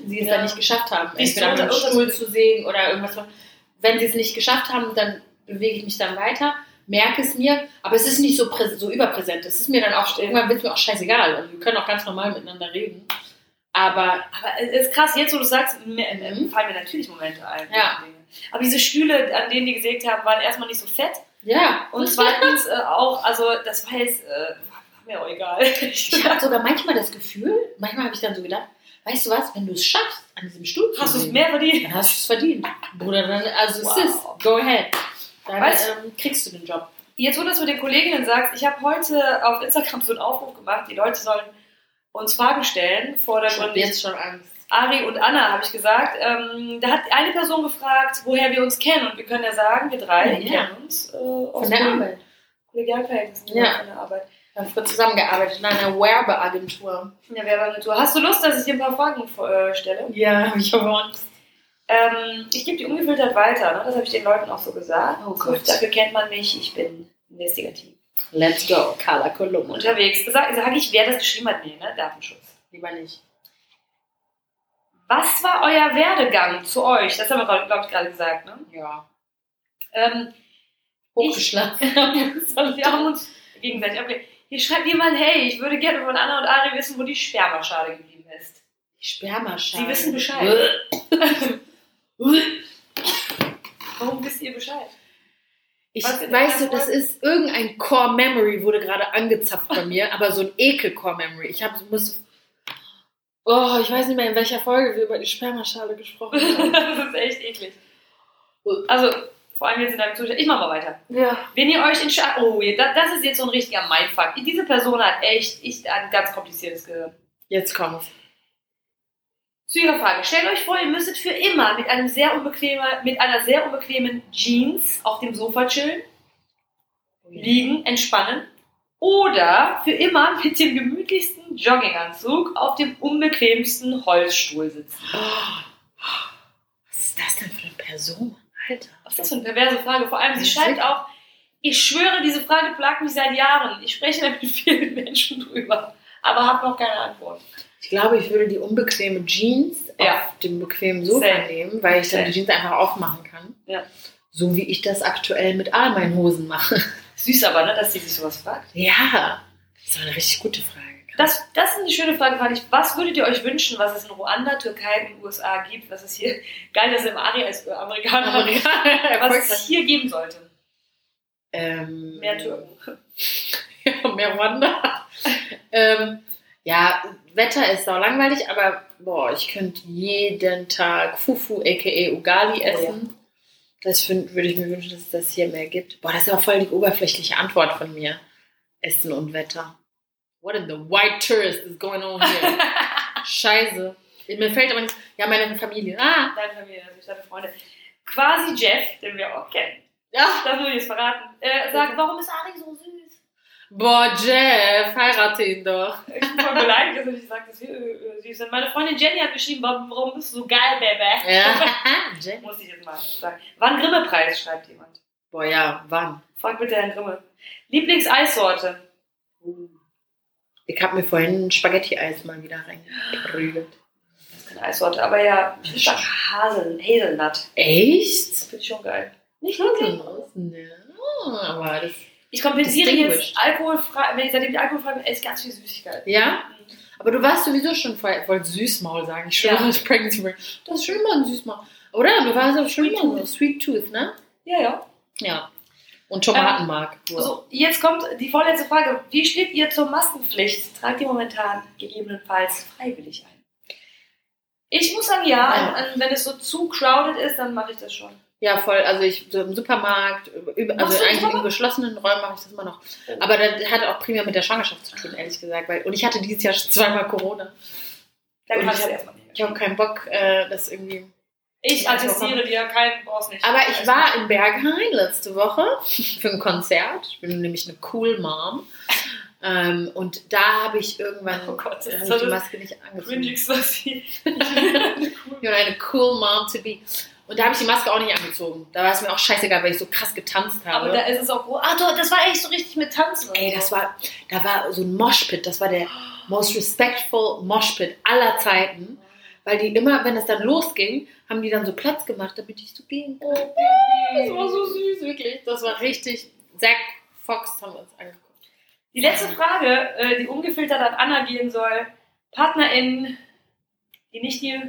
Entweder mit dem Stuhl zu sägen oder irgendwas. Wenn sie es nicht geschafft haben, dann bewege ich mich dann weiter, merke es mir, aber es ist nicht so überpräsent. Es ist mir dann auch, irgendwann wird es mir auch scheißegal. Also wir können auch ganz normal miteinander reden. Aber es ist krass, jetzt wo du sagst, fallen mir natürlich Momente ein. Ja. Aber diese Stühle, an denen die gesägt haben, waren erstmal nicht so fett. Ja. Und zweitens auch, also das war jetzt, war mir auch egal. Ich habe sogar manchmal das Gefühl, manchmal habe ich dann so gedacht, weißt du was, wenn du es schaffst, an diesem Stuhl zu hast du es mehr verdient? Dann hast du es verdient. Bruder, also go ahead. Dann kriegst du den Job. Jetzt, wo du das mit den Kolleginnen sagst, ich habe heute auf Instagram so einen Aufruf gemacht, die Leute sollen uns Fragen stellen. Ich habe jetzt schon Angst. Ari und Anna, habe ich gesagt. Da hat eine Person gefragt, woher wir uns kennen. Und wir können ja sagen, wir drei kennen uns aus von der Arbeit. Kollegialverhältnissen von der Arbeit. Wir haben früher zusammengearbeitet in einer Werbeagentur. Ja, Werbeagentur. Hast du Lust, dass ich dir ein paar Fragen stelle? Ja, ich habe Angst. Ich gebe die ungefiltert weiter. Ne? Das habe ich den Leuten auch so gesagt. Oh Gott. Dafür kennt man mich. Ich bin investigativ. Let's go, Carla Kolumna. Unterwegs. Sag ich, wer das geschrieben hat? Nee, ne? Datenschutz. Lieber nicht. Was war euer Werdegang zu euch? Das haben wir, glaube ich, gerade gesagt, ne? Ja. Hochgeschlagen. Wir haben uns gegenseitig abgelehnt. Hier schreibt jemand, hey, ich würde gerne von Anna und Ari wissen, wo die Spermaschale geblieben ist. Die Spermaschale? Sie wissen Bescheid. Warum wisst ihr Bescheid? Weißt du, das ist irgendein Core Memory, wurde gerade angezapft bei mir, aber so ein Ekel-Core Memory. Ich weiß nicht mehr, in welcher Folge wir über die Spermaschale gesprochen haben. Das ist echt eklig. Also, vor allem jetzt in deinem Zustand. Ich mach mal weiter. Ja. Wenn ihr euch entscheidet, das ist jetzt so ein richtiger Mindfuck. Diese Person hat echt ein ganz kompliziertes Gehirn. Jetzt kommt's. Zu ihrer Frage. Stellt euch vor, ihr müsstet für immer mit einer sehr unbequemen Jeans auf dem Sofa chillen, liegen, entspannen oder für immer mit dem gemütlichsten Jogginganzug auf dem unbequemsten Holzstuhl sitzen. Was ist das denn für eine Person? Alter. Was ist das für eine perverse Frage? Vor allem, sie schreibt auch, Ich schwöre, diese Frage plagt mich seit Jahren. Ich spreche da mit vielen Menschen drüber, aber habe noch keine Antwort. Ich glaube, ich würde die unbequeme Jeans auf dem bequemen Sofa nehmen, weil ich dann die Jeans einfach aufmachen kann. Ja. So wie ich das aktuell mit all meinen Hosen mache. Süß aber, ne, dass die sich sowas fragt. Ja, das ist eine richtig gute Frage. Das ist eine schöne Frage, fand ich. Was würdet ihr euch wünschen, was es in Ruanda, Türkei und USA gibt? Was es hier, geil, dass im Ari als Amerikaner, was es hier geben sollte? Mehr Türken. Ja, mehr Ruanda. Ja, Wetter ist sau langweilig, aber ich könnte jeden Tag Fufu aka Ugali essen. Ja. Das würde ich mir wünschen, dass es das hier mehr gibt. Das ist aber voll die oberflächliche Antwort von mir. Essen und Wetter. What in the white tourist is going on here? Scheiße. Mir fällt aber nicht... Ja, meine Familie. Deine Familie, also deine Freunde. Quasi Jeff, den wir auch kennen. Ja. Das muss ich jetzt verraten. Sagt, warum ist Ari so süß? Jeff, heirate ihn doch. Ich bin voll beleidigt, dass er nicht sagt, dass wir süß sind. Meine Freundin Jenny hat geschrieben, warum bist du so geil, Baby? Ja. Jenny. Muss ich jetzt mal sagen. Wann Grimme-Preis, schreibt jemand. Ja, wann? Frag bitte Herrn Grimme. Lieblingseissorte? Ich habe mir vorhin Spaghetti-Eis mal wieder reingeprügelt. Das ist keine Eissorte, aber ja, ich sag Haselnut. Echt? Das finde ich schon geil. Nicht wirklich? Ne, aber das... Ich kompensiere jetzt alkoholfrei, seitdem ich alkoholfrei bin, esse ich ganz viel Süßigkeit. Ja? Aber du warst sowieso schon voll, ich wollte Süßmaul sagen. Ich schwöre, das Pregnancy Brain. Das ist schon immer ein Süßmaul. Oder? Du warst auch schon immer so Sweet Tooth, ne? Ja. Ja. Und Tomatenmark. So, jetzt kommt die vorletzte Frage. Wie steht ihr zur Maskenpflicht? Tragt ihr momentan gegebenenfalls freiwillig ein? Ich muss sagen, wenn es so zu crowded ist, dann mache ich das schon. Ja, voll. Also so im Supermarkt, also eigentlich in geschlossenen Räumen mache ich das immer noch. Aber das hat auch primär mit der Schwangerschaft zu tun, ehrlich gesagt. Und ich hatte dieses Jahr 2-mal Corona. Dann kann ich halt erstmal nicht. Ich habe keinen Bock, das irgendwie... Ich attestiere dir, keinen brauchst nicht. Aber ich war in Berghain letzte Woche für ein Konzert. Ich bin nämlich eine cool Mom. Und da habe ich irgendwann die Maske nicht angezogen. Eine cool Mom to be. Und da habe ich die Maske auch nicht angezogen. Da war es mir auch scheißegal, weil ich so krass getanzt habe. Aber da ist es auch... das war echt so richtig mit Tanzen. Ey, da war so ein Moshpit. Das war der most respectful Moshpit aller Zeiten. Weil die immer, wenn es dann losging, haben die dann so Platz gemacht, damit ich so gehen kann. Das war so süß, wirklich. Das war richtig... Zack Fox haben wir uns angeguckt. Die letzte Frage, die ungefiltert an Anna gehen soll. PartnerInnen, die nicht die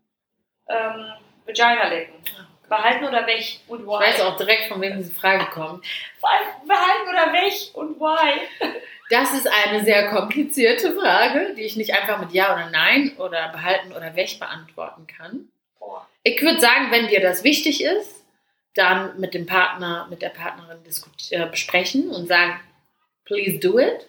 Vagina lecken. Behalten oder weg und why? Ich weiß auch direkt, von wem diese Frage kommt. Behalten oder weg und why? Das ist eine sehr komplizierte Frage, die ich nicht einfach mit Ja oder Nein oder behalten oder weg beantworten kann. Ich würde sagen, wenn dir das wichtig ist, dann mit dem Partner, mit der Partnerin besprechen und sagen, please do it.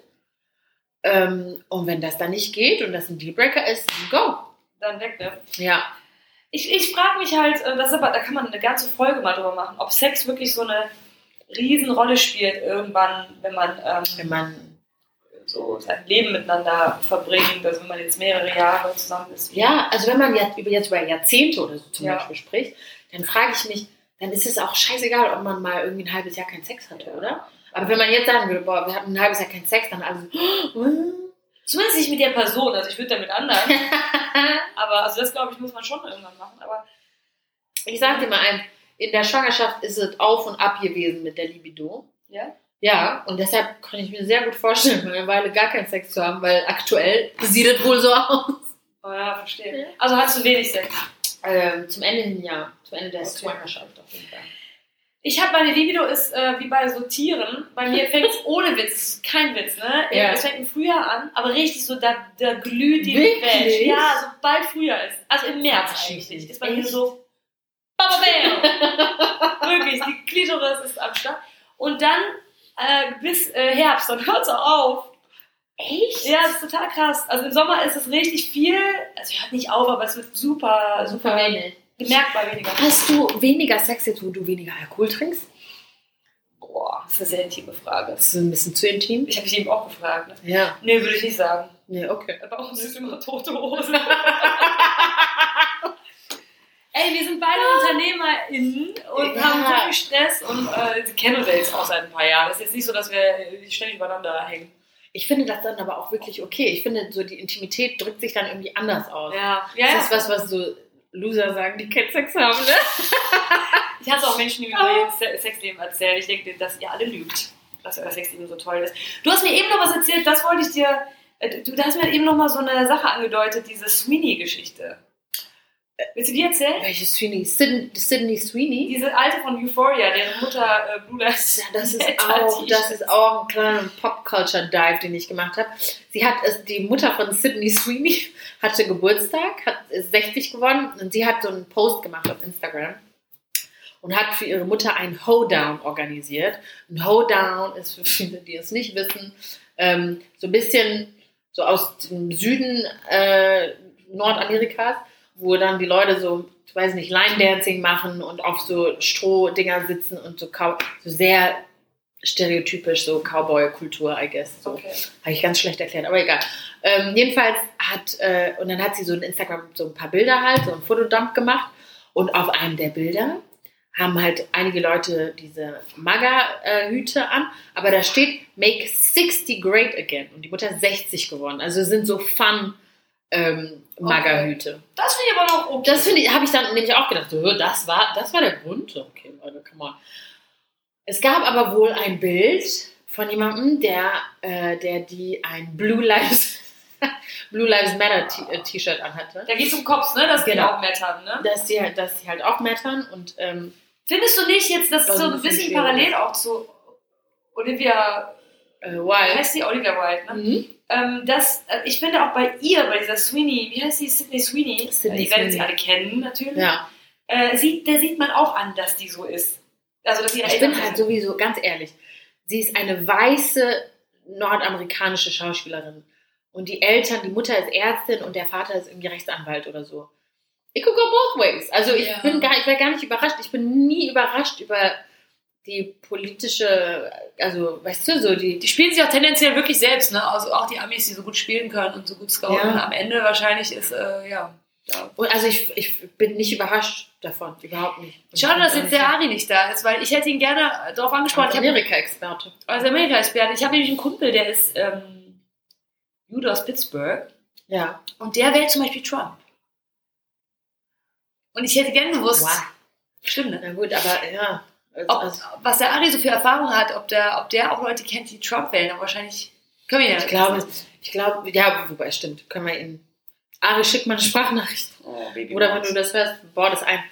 Und wenn das dann nicht geht und das ein Dealbreaker ist, go. Dann weg, ne? Ja. Ich frage mich halt, da kann man eine ganze Folge mal drüber machen, ob Sex wirklich so eine Riesenrolle spielt irgendwann, wenn man so sein Leben miteinander verbringt, also wenn man jetzt mehrere Jahre zusammen ist. Ja, also wenn man jetzt über Jahrzehnte oder so zum Beispiel spricht, dann frage ich mich, dann ist es auch scheißegal, ob man mal irgendwie ein halbes Jahr keinen Sex hatte, oder? Aber wenn man jetzt sagen würde, wir hatten ein halbes Jahr keinen Sex, dann alles zumindest nicht mit der Person, also ich würde da mit anderen. Aber also das, glaube ich, muss man schon irgendwann machen. Aber ich sag dir mal in der Schwangerschaft ist es auf und ab gewesen mit der Libido. Ja? Ja, und deshalb kann ich mir sehr gut vorstellen, mal eine Weile gar keinen Sex zu haben, weil aktuell sieht es wohl so aus. Oh ja, verstehe. Ja. Also hast du wenig Sex? Zum Ende hin, ja. Zum Ende der Schwangerschaft auf jeden Fall. Ich habe meine Libido ist wie bei so Tieren. Bei mir fängt es ohne Witz, das ist kein Witz, ne? Ja. Es fängt im Frühjahr an, aber richtig so, da glüht die Welt. Ja, sobald Frühjahr ist. Also im März eigentlich. Ist bei mir so, bam, bam. Wirklich, die Klitoris ist am Start. Und dann bis Herbst, dann hört es auf. Echt? Ja, das ist total krass. Also im Sommer ist es richtig viel, also hört nicht auf, aber es wird super wenig. Gemerkbar weniger. Hast du weniger Sex jetzt, wo du weniger Alkohol trinkst? Boah, das ist eine sehr intime Frage. Das ist ein bisschen zu intim. Ich habe dich eben auch gefragt. Ne? Ja. Nee, würde ich nicht sagen. Nee, okay. Bei uns ist immer tote Hose. Ey, wir sind beide UnternehmerInnen und haben so viel Stress und sie kennen uns ja jetzt auch seit ein paar Jahren. Es ist jetzt nicht so, dass wir ständig übereinander hängen. Ich finde das dann aber auch wirklich okay. Ich finde, so die Intimität drückt sich dann irgendwie anders aus. Ja. Das ist was so Loser sagen, die keinen Sex haben, ne? Ich hasse auch Menschen, die mir über ihr Sexleben erzählen. Ich denke, dass ihr alle lügt, dass euer Sexleben so toll ist. Du hast mir eben noch was erzählt, das wollte ich dir... Du hast mir eben noch mal so eine Sache angedeutet, diese Sweeney-Geschichte. Willst du die erzählen? Welche Sweeney? Sydney Sweeney? Diese alte von Euphoria, deren Mutter Blue Lives. Ja, das ist auch ein kleiner Pop-Culture-Dive, den ich gemacht habe. Die Mutter von Sydney Sweeney hatte Geburtstag, ist 60 geworden und sie hat so einen Post gemacht auf Instagram und hat für ihre Mutter ein Hoedown organisiert. Ein Hoedown ist für viele, die es nicht wissen, so ein bisschen so aus dem Süden Nordamerikas, wo dann die Leute so, ich weiß nicht, Line-Dancing machen und auf so Strohdinger sitzen und so sehr stereotypisch so Cowboy-Kultur, I guess. So. Okay. Habe ich ganz schlecht erklärt, aber egal. Jedenfalls und dann hat sie so in Instagram so ein paar Bilder halt, so ein Fotodump gemacht und auf einem der Bilder haben halt einige Leute diese MAGA-Hüte an, aber da steht Make 60 Great Again und die Mutter ist 60 geworden. Also sind so fun MAGA-Hüte. Okay. Das finde ich aber noch okay. Das habe ich dann nämlich auch gedacht, so, das war der Grund. Okay, Leute, come on. Es gab aber wohl ein Bild von jemandem, der die ein Blue Lives Matter T-Shirt anhatte. Da geht es um Cops, ne? Dass die auch mattern, ne? Dass sie halt auch mattern und findest du nicht jetzt, dass so ein bisschen parallel auch zu Olivia Wilde? Heißt die Olivia Wilde, ne? Mhm. Ich finde auch bei ihr, bei dieser Sweeney, wie heißt die? Sydney Sweeney. Die werden sie alle kennen, natürlich. Ja. Da sieht man auch an, dass die so ist. Also, dass ihre Eltern bin halt sowieso, ganz ehrlich, sie ist eine weiße nordamerikanische Schauspielerin. Und die Mutter ist Ärztin und der Vater ist irgendwie Rechtsanwalt oder so. It could go both ways. Also ich wäre gar nicht überrascht. Ich bin nie überrascht über die politische, also weißt du, so die spielen sich auch tendenziell wirklich selbst, ne? Also auch die Amis, die so gut spielen können und so gut scouten. Ja. Am Ende wahrscheinlich ist, ja. Und also ich bin nicht überrascht davon, überhaupt nicht. Schade, dass jetzt der Ari nicht da ist, weil ich hätte ihn gerne darauf angesprochen. Als Amerika-Experte. Als Amerika-Experte. Ich habe nämlich einen Kumpel, der ist Jude aus Pittsburgh. Ja. Und der wählt zum Beispiel Trump. Und ich hätte gerne gewusst. Wow. Stimmt, ne? Na gut, aber ja. Was der Ari so für Erfahrung hat, ob der auch Leute kennt, die Trump wählen, aber wahrscheinlich können wir ja. Ich glaube, ja, wobei, stimmt, können wir ihn. Ari, schick mal eine Sprachnachricht. Oh, Baby. Oder wenn du das hörst, bau das ein.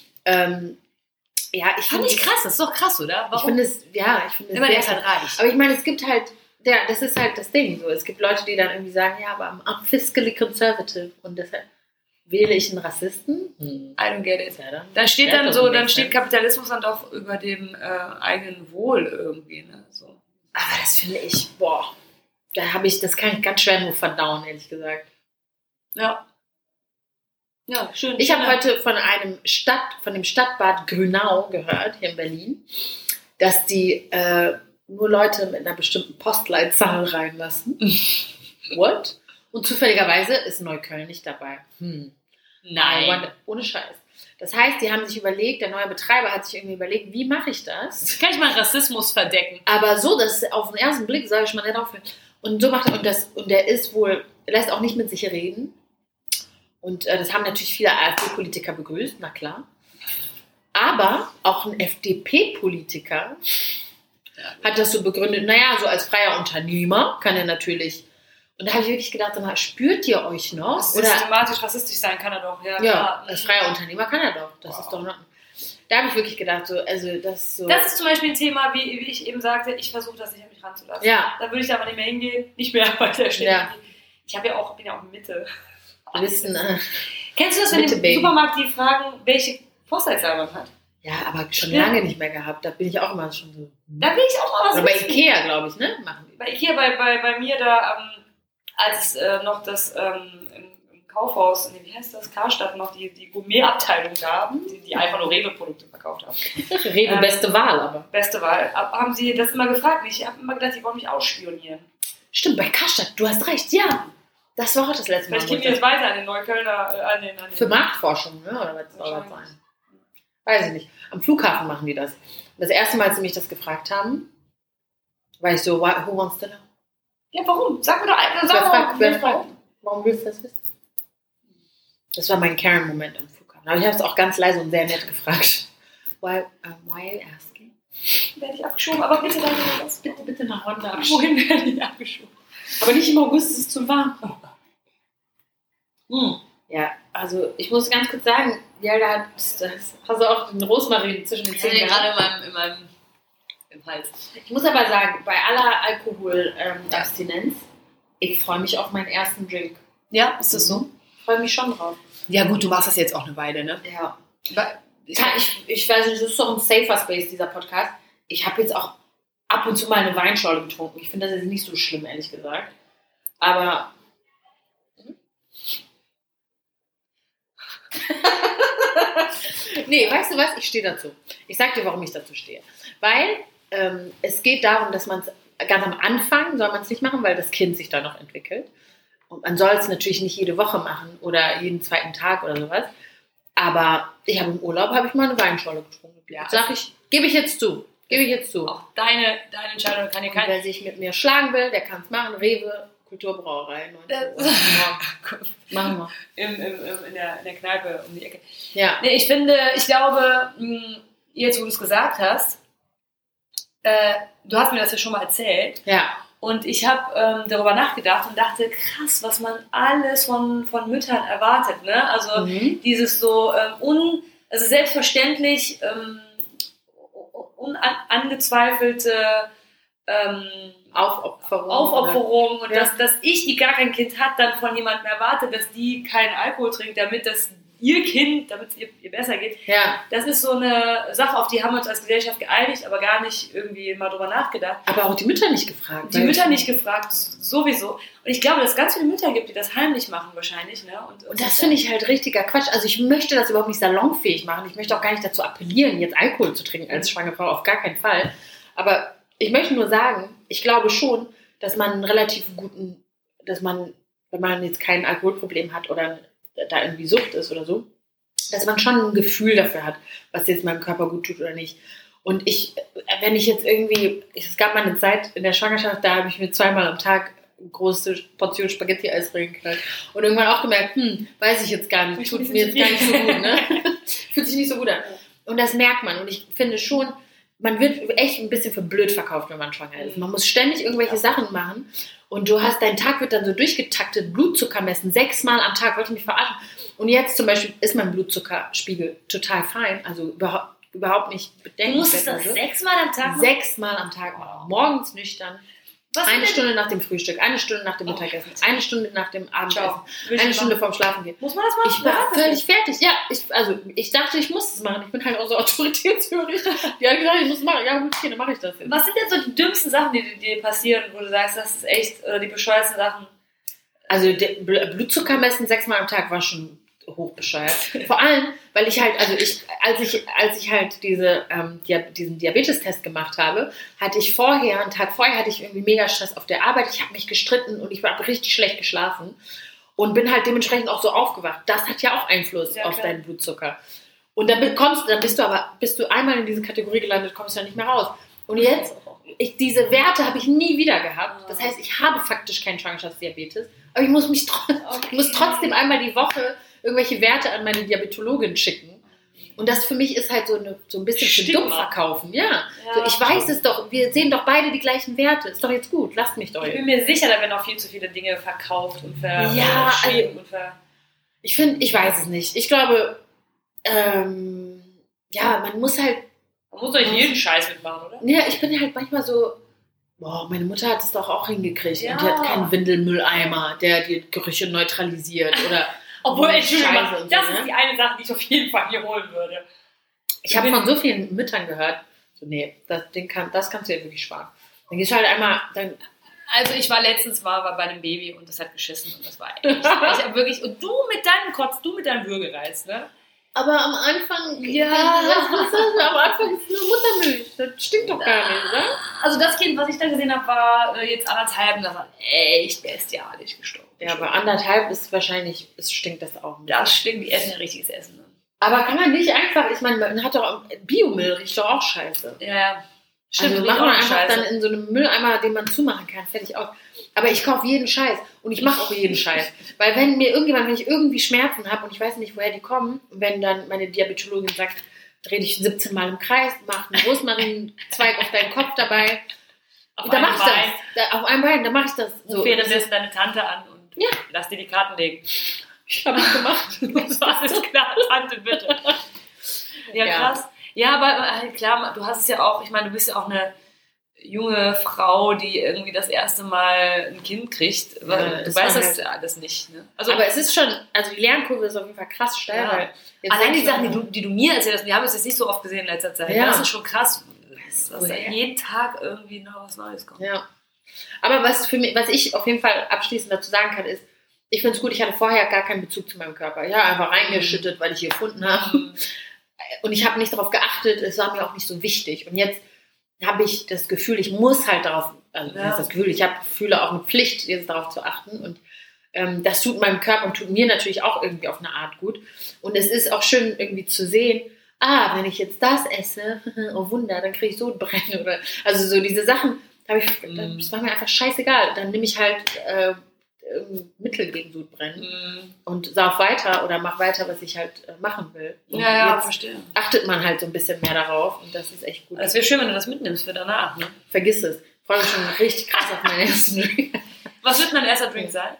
Ja, ich finde es krass, das ist doch krass, oder? Warum? Ich finde es sehr reich. Aber ich meine, es gibt halt, das ist halt das Ding so. Es gibt Leute, die dann irgendwie sagen, ja, aber I'm fiscally conservative und deshalb wähle ich einen Rassisten? I don't get it. Ja, dann steht Kapitalismus dann doch über dem eigenen Wohl irgendwie, ne? So. Aber das finde ich, das kann ich ganz schwer nur verdauen, ehrlich gesagt. Ja. Ja, schön. Ich habe heute von dem Stadtbad Grünau gehört, hier in Berlin, dass die nur Leute mit einer bestimmten Postleitzahl reinlassen. What? Und zufälligerweise ist Neukölln nicht dabei. Nein. Ohne Scheiß. Das heißt, die haben sich überlegt, der neue Betreiber hat sich irgendwie überlegt, wie mache ich das? Kann ich mal Rassismus verdecken? Aber so, dass auf den ersten Blick, sage ich mal, nicht aufhören. Und so macht er, und der ist wohl, lässt auch nicht mit sich reden. Und das haben natürlich viele AfD-Politiker begrüßt, na klar. Aber auch ein FDP-Politiker hat das so begründet, naja, so als freier Unternehmer kann er natürlich. Und da habe ich wirklich gedacht, sag mal, spürt ihr euch noch? Systematisch rassistisch sein kann er doch. Ja, als freier Unternehmer kann er doch. Das ist doch noch. Da habe ich wirklich gedacht, so, also das so. Das ist zum Beispiel ein Thema, wie ich eben sagte, ich versuche das nicht an mich ranzulassen. Ja. Da würde ich aber nicht mehr hingehen. Nicht mehr, weil der steht. Ja. Bin ja auch in Mitte. Kennst du das, wenn im Supermarkt die fragen, welche Postleitzahl man hat? Ja, aber schon lange nicht mehr gehabt. Da bin ich auch immer schon so. Da will ich auch mal was. Oder bei Ikea, glaube ich, ne? Machen die. Bei Ikea, bei mir da, als es noch das im Kaufhaus, wie heißt das, Karstadt, noch die Gourmet-Abteilung gab, die einfach nur Rewe-Produkte verkauft haben. Rewe, beste Wahl, aber. Beste Wahl. Haben sie das immer gefragt? Ich habe immer gedacht, die wollen mich ausspionieren. Stimmt, bei Karstadt, du hast recht, ja. Das war auch das letzte Mal. Vielleicht gehen wir jetzt weiter an den Neuköllner, an den für Marktforschung, ne? Oder was soll das sein? Weiß ich nicht. Am Flughafen machen die das. Das erste Mal, als sie mich das gefragt haben, war ich so, who wants to know? Ja, warum? Sag mir doch einfach, warum willst du das wissen? Das war mein Karen-Moment am Flughafen. Aber ich habe es auch ganz leise und sehr nett gefragt. Why are you asking? Werde ich abgeschoben, aber bitte dann was. Bitte nach Honda abgeschoben. Wohin werde ich abgeschoben? Aber nicht im August, es ist zu warm. Ja, also ich muss ganz kurz sagen, ja, da hast du auch den Rosmarin zwischen den Zähnen. Gerade im Hals. Ich muss aber sagen, bei aller Alkoholabstinenz, ich freue mich auf meinen ersten Drink. Ja, ist das so? Ich freue mich schon drauf. Ja gut, du machst das jetzt auch eine Weile, ne? Ja. Ich weiß nicht, das ist doch ein safer Space, dieser Podcast. Ich habe jetzt auch ab und zu mal eine Weinschorle getrunken. Ich finde das jetzt nicht so schlimm, ehrlich gesagt. Aber... Nee, weißt du was? Ich stehe dazu. Ich sag dir, warum ich dazu stehe. Weil es geht darum, dass man es ganz am Anfang soll man es nicht machen, weil das Kind sich da noch entwickelt. Und man soll es natürlich nicht jede Woche machen oder jeden zweiten Tag oder sowas. Aber ich habe im Urlaub mal eine Weinschorle getrunken. Ja, gebe ich jetzt zu. Auch deine Entscheidung kann dir keiner. Wer sich mit mir schlagen will, der kann es machen. Rewe, Kulturbrauerei. Machen wir. In der Kneipe um die Ecke. Ja. Nee, ich glaube, jetzt wo du es gesagt hast, du hast mir das ja schon mal erzählt. Ja. Und ich habe darüber nachgedacht und dachte, krass, was man alles von Müttern erwartet. Ne? Also dieses so also selbstverständlich unangezweifelte Aufopferung und dass ich, die gar kein Kind hat, dann von jemandem erwarte, dass die keinen Alkohol trinkt, damit das ihr Kind, damit es ihr besser geht. Ja. Das ist so eine Sache, auf die haben wir uns als Gesellschaft geeinigt, aber gar nicht irgendwie mal drüber nachgedacht. Aber auch die Mütter nicht gefragt. Die Mütter nicht gefragt, sowieso. Und ich glaube, dass es ganz viele Mütter gibt, die das heimlich machen wahrscheinlich. Ne? Und das finde ich halt richtiger Quatsch. Also ich möchte das überhaupt nicht salonfähig machen. Ich möchte auch gar nicht dazu appellieren, jetzt Alkohol zu trinken als schwangere Frau, auf gar keinen Fall. Aber ich möchte nur sagen, ich glaube schon, dass man einen relativ guten, wenn man jetzt kein Alkoholproblem hat oder da irgendwie Sucht ist oder so, dass man schon ein Gefühl dafür hat, was jetzt meinem Körper gut tut oder nicht. Und wenn ich jetzt irgendwie, es gab mal eine Zeit in der Schwangerschaft, da habe ich mir 2-mal am Tag eine große Portion Spaghetti-Eis reingeknallt. Und irgendwann auch gemerkt, weiß ich jetzt gar nicht, tut mir jetzt gar nicht so gut, ne? Fühlt sich nicht so gut an. Und das merkt man. Und ich finde schon, man wird echt ein bisschen für blöd verkauft, wenn man schwanger ist. Man muss ständig irgendwelche Sachen machen und dein Tag wird dann so durchgetaktet, Blutzucker messen, 6-mal am Tag, wollte ich mich verarschen. Und jetzt zum Beispiel ist mein Blutzuckerspiegel total fein, also überhaupt nicht bedenklich. Du musst das 6-mal am Tag machen? 6-mal am Tag machen. Morgens nüchtern. Eine Stunde nach dem Frühstück, eine Stunde nach dem Mittagessen, eine Stunde nach dem Abendessen, eine Stunde vorm Schlafen gehen. Muss man das machen? Ich war völlig fertig. Ja, ich dachte, ich muss es machen. Ich bin halt auch so autoritätshörig. Die haben gesagt, ich muss es machen. Ja gut, okay, dann mache ich das jetzt. Was sind denn so die dümmsten Sachen, die dir passieren, wo du sagst, das ist echt, die bescheuersten Sachen? Also Blutzucker messen 6-mal am Tag war schon hochbescheuert. Vor allem, weil ich halt, als ich halt diesen Diabetestest gemacht habe, einen Tag vorher hatte ich irgendwie mega Stress auf der Arbeit. Ich habe mich gestritten und ich habe richtig schlecht geschlafen und bin halt dementsprechend auch so aufgewacht. Das hat ja auch Einfluss auf deinen Blutzucker. Und dann bist du einmal in diese Kategorie gelandet, kommst du ja nicht mehr raus. Und jetzt, diese Werte habe ich nie wieder gehabt. Das heißt, ich habe faktisch keinen Schwangerschaftsdiabetes, aber ich muss trotzdem einmal die Woche irgendwelche Werte an meine Diabetologin schicken. Und das für mich ist halt so ein bisschen für dumm verkaufen. Ja. So, ich weiß es doch, wir sehen doch beide die gleichen Werte. Ist doch jetzt gut, lasst mich doch. Ich bin mir sicher, da werden auch viel zu viele Dinge verkauft und ich weiß es nicht. Ich glaube, man muss halt... Man muss doch nicht jeden Scheiß mitmachen, oder? Ja, ich bin halt manchmal so... Boah, meine Mutter hat es doch auch hingekriegt. Ja. Und die hat keinen Windelmülleimer, der die Gerüche neutralisiert oder... Obwohl, Entschuldigung, das ist die eine Sache, die ich auf jeden Fall hier holen würde. Ich habe von so vielen Müttern gehört, so, nee, das kannst du ja wirklich sparen. Dann gehst du halt einmal... Also ich war letztens bei einem Baby und das hat geschissen und das war echt wirklich... Und du mit deinem Kotz, du mit deinem Würgereiz, ne? Aber am Anfang, was ist das? Am Anfang ist es nur Muttermilch. Das stinkt doch gar nicht, oder? Also das Kind, was ich da gesehen habe, war jetzt 1,5 und das war echt bestialisch gestorben. Ja, aber 1,5 ist wahrscheinlich, stinkt das auch. Das stinkt, die essen ja richtiges Essen. Ne? Aber kann man nicht einfach, ich meine, man hat doch, Biomüll riecht doch auch scheiße. Ja, stimmt. Also macht man einfach dann in so einem Mülleimer, den man zumachen kann, fertig aus. Aber ich kaufe jeden Scheiß und ich mache auch jeden Scheiß. Weil wenn ich irgendwie Schmerzen habe und ich weiß nicht, woher die kommen, wenn dann meine Diabetologin sagt, dreh dich 17 Mal im Kreis, mach einen Rosmarinzweig auf deinen Kopf dabei. Da mache ich das. Auf einem Bein, da mache ich das. So währenddessen deine Tante an und lass dir die Karten legen. Ich habe es gemacht. Das ist klar, Tante, bitte. Ja, krass. Ja, aber klar, du hast es ja auch, ich meine, du bist ja auch eine junge Frau, die irgendwie das erste Mal ein Kind kriegt. Du weißt das ja alles nicht. Ne? Also, aber es ist schon, also die Lernkurve ist auf jeden Fall krass steil. Weil allein die Sachen, die du mir erzählt hast, die haben wir jetzt nicht so oft gesehen in letzter Zeit. Ja. Das ist schon krass, dass da jeden Tag irgendwie noch was Neues kommt. Ja. Aber was ich auf jeden Fall abschließend dazu sagen kann, ist, ich finde es gut, ich hatte vorher gar keinen Bezug zu meinem Körper. Ja, einfach reingeschüttet, weil ich hier gefunden habe. Und ich habe nicht darauf geachtet, es war mir auch nicht so wichtig. Und jetzt habe ich das Gefühl, ich muss halt darauf, ich fühle auch eine Pflicht, jetzt darauf zu achten. Und das tut meinem Körper und tut mir natürlich auch irgendwie auf eine Art gut. Und es ist auch schön irgendwie zu sehen, wenn ich jetzt das esse, oh Wunder, dann kriege ich Sodbrennen. Oder, also so diese Sachen, das war mir einfach scheißegal. Dann nehme ich halt Mittel gegen Sodbrennen und sauf weiter oder mach weiter, was ich halt machen will. Und verstehe. Achtet man halt so ein bisschen mehr darauf und das ist echt gut. Es wäre schön, wenn du das mitnimmst für danach, ne? Vergiss es. Ich freue mich schon richtig krass auf meinen ersten Drink. Was wird mein erster Drink sein?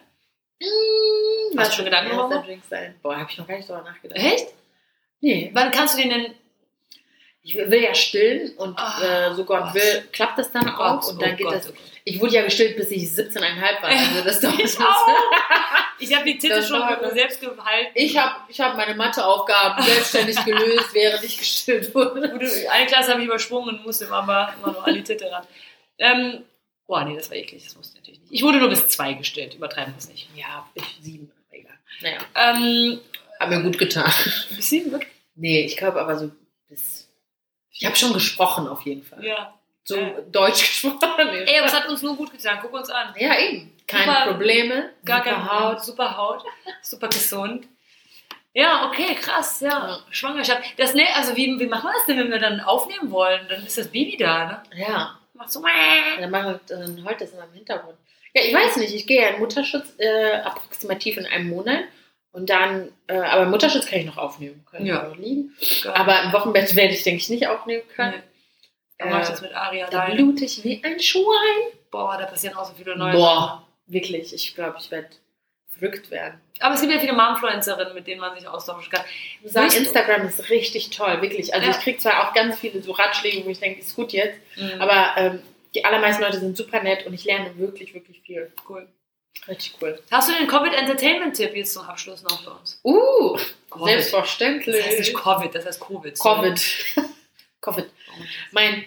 Hast du schon Gedanken gemacht? Mein erster Drink sein? Boah, habe ich noch gar nicht darüber nachgedacht. Echt? Nee. Wann kannst du den denn... Ich will ja stillen und so Gott will, klappt das dann auch und dann geht das... Ich wurde ja gestillt, bis ich 17,5 war. Also das dauert ich auch. Ich habe die Titel schon selbst gehalten. Ich hab meine Matheaufgaben selbstständig gelöst, während ich gestillt wurde. Eine Klasse habe ich übersprungen und musste immer noch an die Titel ran. Nee, das war eklig. Das wusste ich natürlich nicht. Ich wurde nur bis 2 gestillt. Übertreiben wir es nicht. Ja, bis 7. Aber egal. Naja. Hat mir gut getan. Bis 7 wirklich? Nee, ich glaube aber so bis... Ich habe schon gesprochen auf jeden Fall. Ja. So Deutsch gesprochen. Ey, aber es hat uns nur gut getan. Guck uns an. Ja, eben. Keine Probleme. Gar keine Haut. Super Haut. Super gesund. Ja, okay, krass. Ja. Schwangerschaft. Also wie machen wir das denn, wenn wir dann aufnehmen wollen? Dann ist das Baby da, ne? Ja. Macht so. Dann heult das immer im Hintergrund. Ja, ich weiß nicht. Ich gehe ja in Mutterschutz approximativ in einem Monat. Und dann, aber im Mutterschutz kann ich noch aufnehmen können. Ja. Noch liegen. Geil. Aber im Wochenbett werde ich, denke ich, nicht aufnehmen können. Nee. Dann mache ich das mit Aria da blute ich wie ein Schwein. Boah, da passieren auch so viele neue Sachen. Wirklich. Ich glaube, ich werde verrückt werden. Aber es gibt ja viele Momfluencerinnen, mit denen man sich austauschen kann. Ich sage, Instagram ist richtig toll, wirklich. Also ich kriege zwar auch ganz viele so Ratschläge, wo ich denke, ist gut jetzt. Aber die allermeisten Leute sind super nett und ich lerne wirklich, wirklich viel. Cool. Richtig cool. Hast du den Covid-Entertainment-Tipp jetzt zum Abschluss noch für uns? Selbstverständlich. Das heißt nicht Covid, das heißt Covid. Covid. Mein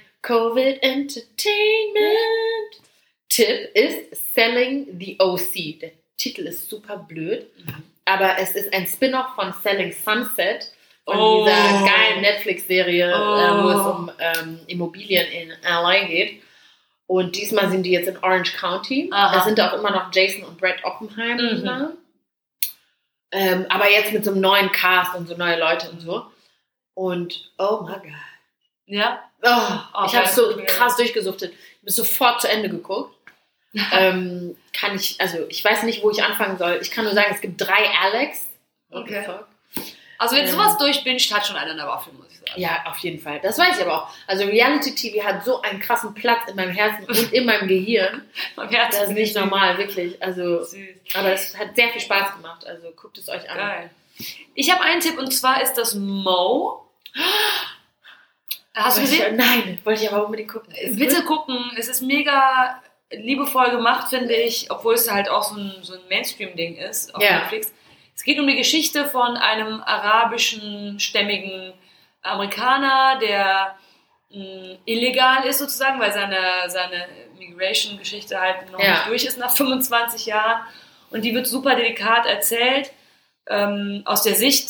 Covid-Entertainment-Tipp ist Selling the OC. Der Titel ist super blöd, aber es ist ein Spin-off von Selling Sunset, von dieser geilen Netflix-Serie, wo es um Immobilien in LA geht. Und diesmal sind die jetzt in Orange County. Da sind auch immer noch Jason und Brad Oppenheim. Aber jetzt mit so einem neuen Cast und so neue Leute und so. Und oh my God. Ja? Ich habe es so krass durchgesuchtet. Ich habe sofort zu Ende geguckt. Ich weiß nicht, wo ich anfangen soll. Ich kann nur sagen, es gibt 3 Alex. Okay. Also wenn sowas durchbinscht, hat schon einer eine Waffe, muss ich sagen. Ja, auf jeden Fall. Das weiß ich aber auch. Also Reality-TV hat so einen krassen Platz in meinem Herzen und in meinem Gehirn. Das ist nicht normal, wirklich. Also, aber es hat sehr viel Spaß gemacht. Also guckt es euch an. Geil. Ich habe einen Tipp und zwar ist das Mo. Hast du gesehen? Nein, wollte ich aber unbedingt gucken. Bitte gucken. Es ist mega liebevoll gemacht, finde ich, obwohl es halt auch so ein Mainstream-Ding ist auf Netflix. Es geht um die Geschichte von einem arabischen, stämmigen Amerikaner, der illegal ist sozusagen, weil seine Migration-Geschichte halt noch nicht durch ist nach 25 Jahren. Und die wird super delikat erzählt, aus der Sicht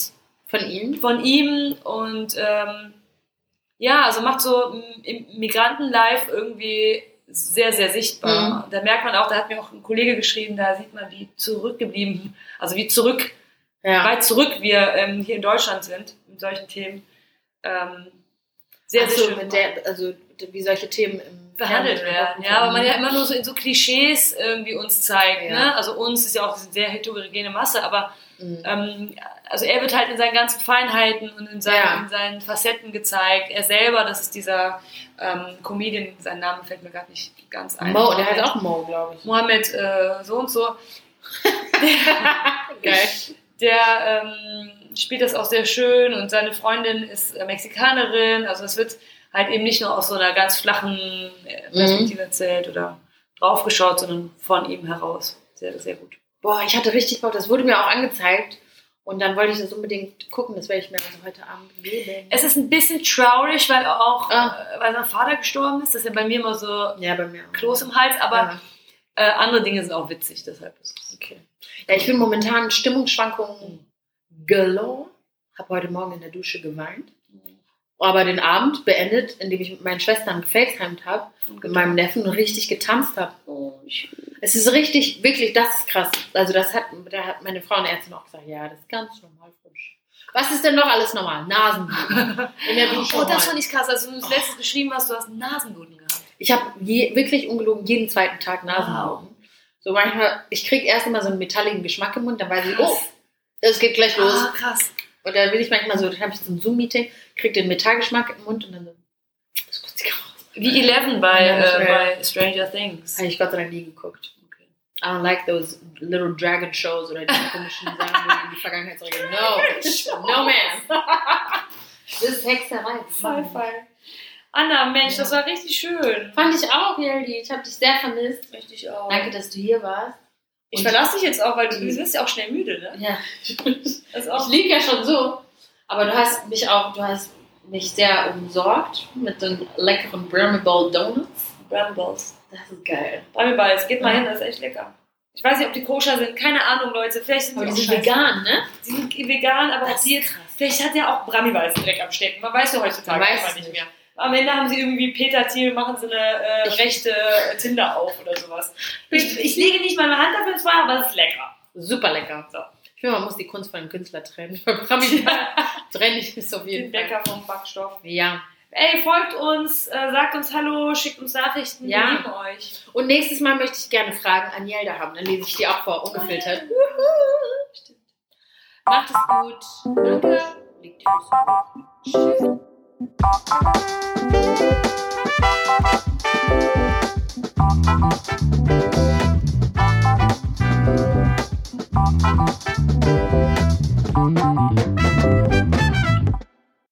Von ihm? Von ihm und also macht so Migranten-Life irgendwie sehr, sehr sichtbar. Da merkt man auch, da hat mir auch ein Kollege geschrieben, da sieht man, wie zurückgeblieben, also wie weit zurück wir hier in Deutschland sind mit solchen Themen. Sehr, sehr schön. Wie solche Themen behandelt werden, ja, aber man ja immer nur so in so Klischees irgendwie uns zeigt, ne? Also uns ist ja auch eine sehr heterogene Masse, aber also er wird halt in seinen ganzen Feinheiten und in seinen Facetten gezeigt. Er selber, das ist dieser Comedian, sein Name fällt mir gerade nicht ganz ein. Mo, der heißt auch Mo, glaube ich. Mohammed so und so. Geil. Der spielt das auch sehr schön und seine Freundin ist Mexikanerin, also es wird halt eben nicht nur aus so einer ganz flachen Perspektive erzählt oder draufgeschaut, sondern von ihm heraus. Sehr, sehr gut. Boah, ich hatte richtig Bock, das wurde mir auch angezeigt und dann wollte ich das unbedingt gucken, das werde ich mir also heute Abend geben. Es ist ein bisschen traurig, weil weil sein Vater gestorben ist, das ist ja bei mir immer so bei mir Kloß im Hals, aber andere Dinge sind auch witzig, deshalb ist es okay. Ja, ich bin momentan Stimmungsschwankungen galore, habe heute Morgen in der Dusche geweint. Aber den Abend beendet, indem ich mit meinen Schwestern gefacetimed habe, mit meinem Neffen und richtig getanzt habe. Es ist richtig, wirklich, das ist krass. Also da hat meine Frauenärztin auch gesagt, ja, das ist ganz normal frisch. Was ist denn noch alles normal? Nasenbluten. In der Dusche. Das fand ich krass. Also du hast letztens beschrieben hast, du hast Nasenbluten gehabt. Ich habe wirklich ungelogen jeden zweiten Tag Nasenbluten. So manchmal, ich kriege erst immer so einen metalligen Geschmack im Mund, dann weiß ich, das geht gleich los. Krass. Und dann will ich manchmal so, dann habe ich so ein Zoom-Meeting, kriege den Metallgeschmack im Mund und dann so, das kurz die raus. Wie 11 bei Stranger Things. Habe ich Gott sei Dank nie geguckt. Okay. I don't like those little dragon shows oder diese komischen Sachen, wo die in die Vergangenheit zurückgehen. No man. Das ist Hexerei. Sci-Fi. Anna, Mensch, das war richtig schön. Fand ich auch, Jeldi. Ich habe dich sehr vermisst. Richtig auch. Danke, dass du hier warst. Ich verlasse dich jetzt auch, weil du bist ja auch schnell müde, ne? Ja. Ich liege ja schon so. Aber du hast mich sehr umsorgt mit den leckeren Bramble Donuts. Brambles. Das ist geil. Brambles, geht mal hin, das ist echt lecker. Ich weiß nicht, ob die koscher sind, keine Ahnung, Leute. Vielleicht sind die sind vegan, ne? Die sind vegan, aber auch die, vielleicht hat ja auch Brambles Dreck am Stecken. Man weiß ja heutzutage einfach nicht mehr. Am Ende haben sie irgendwie Peter Thiel, machen sie eine rechte Tinder auf oder sowas. Ich lege nicht meine Hand dafür ins Feuer, aber es ist lecker. Super lecker. So. Ich finde, man muss die Kunst von dem Künstler trennen. Trenne ich es auf jeden Fall. Den Bäcker vom Backstoff. Ja. Ey, folgt uns, sagt uns Hallo, schickt uns Nachrichten, wir lieben euch. Und nächstes Mal möchte ich gerne Fragen an Jelda haben, dann lese ich die auch vor, ungefiltert. Stimmt. Macht es gut. Danke. Legt die Füße hoch. Tschüss.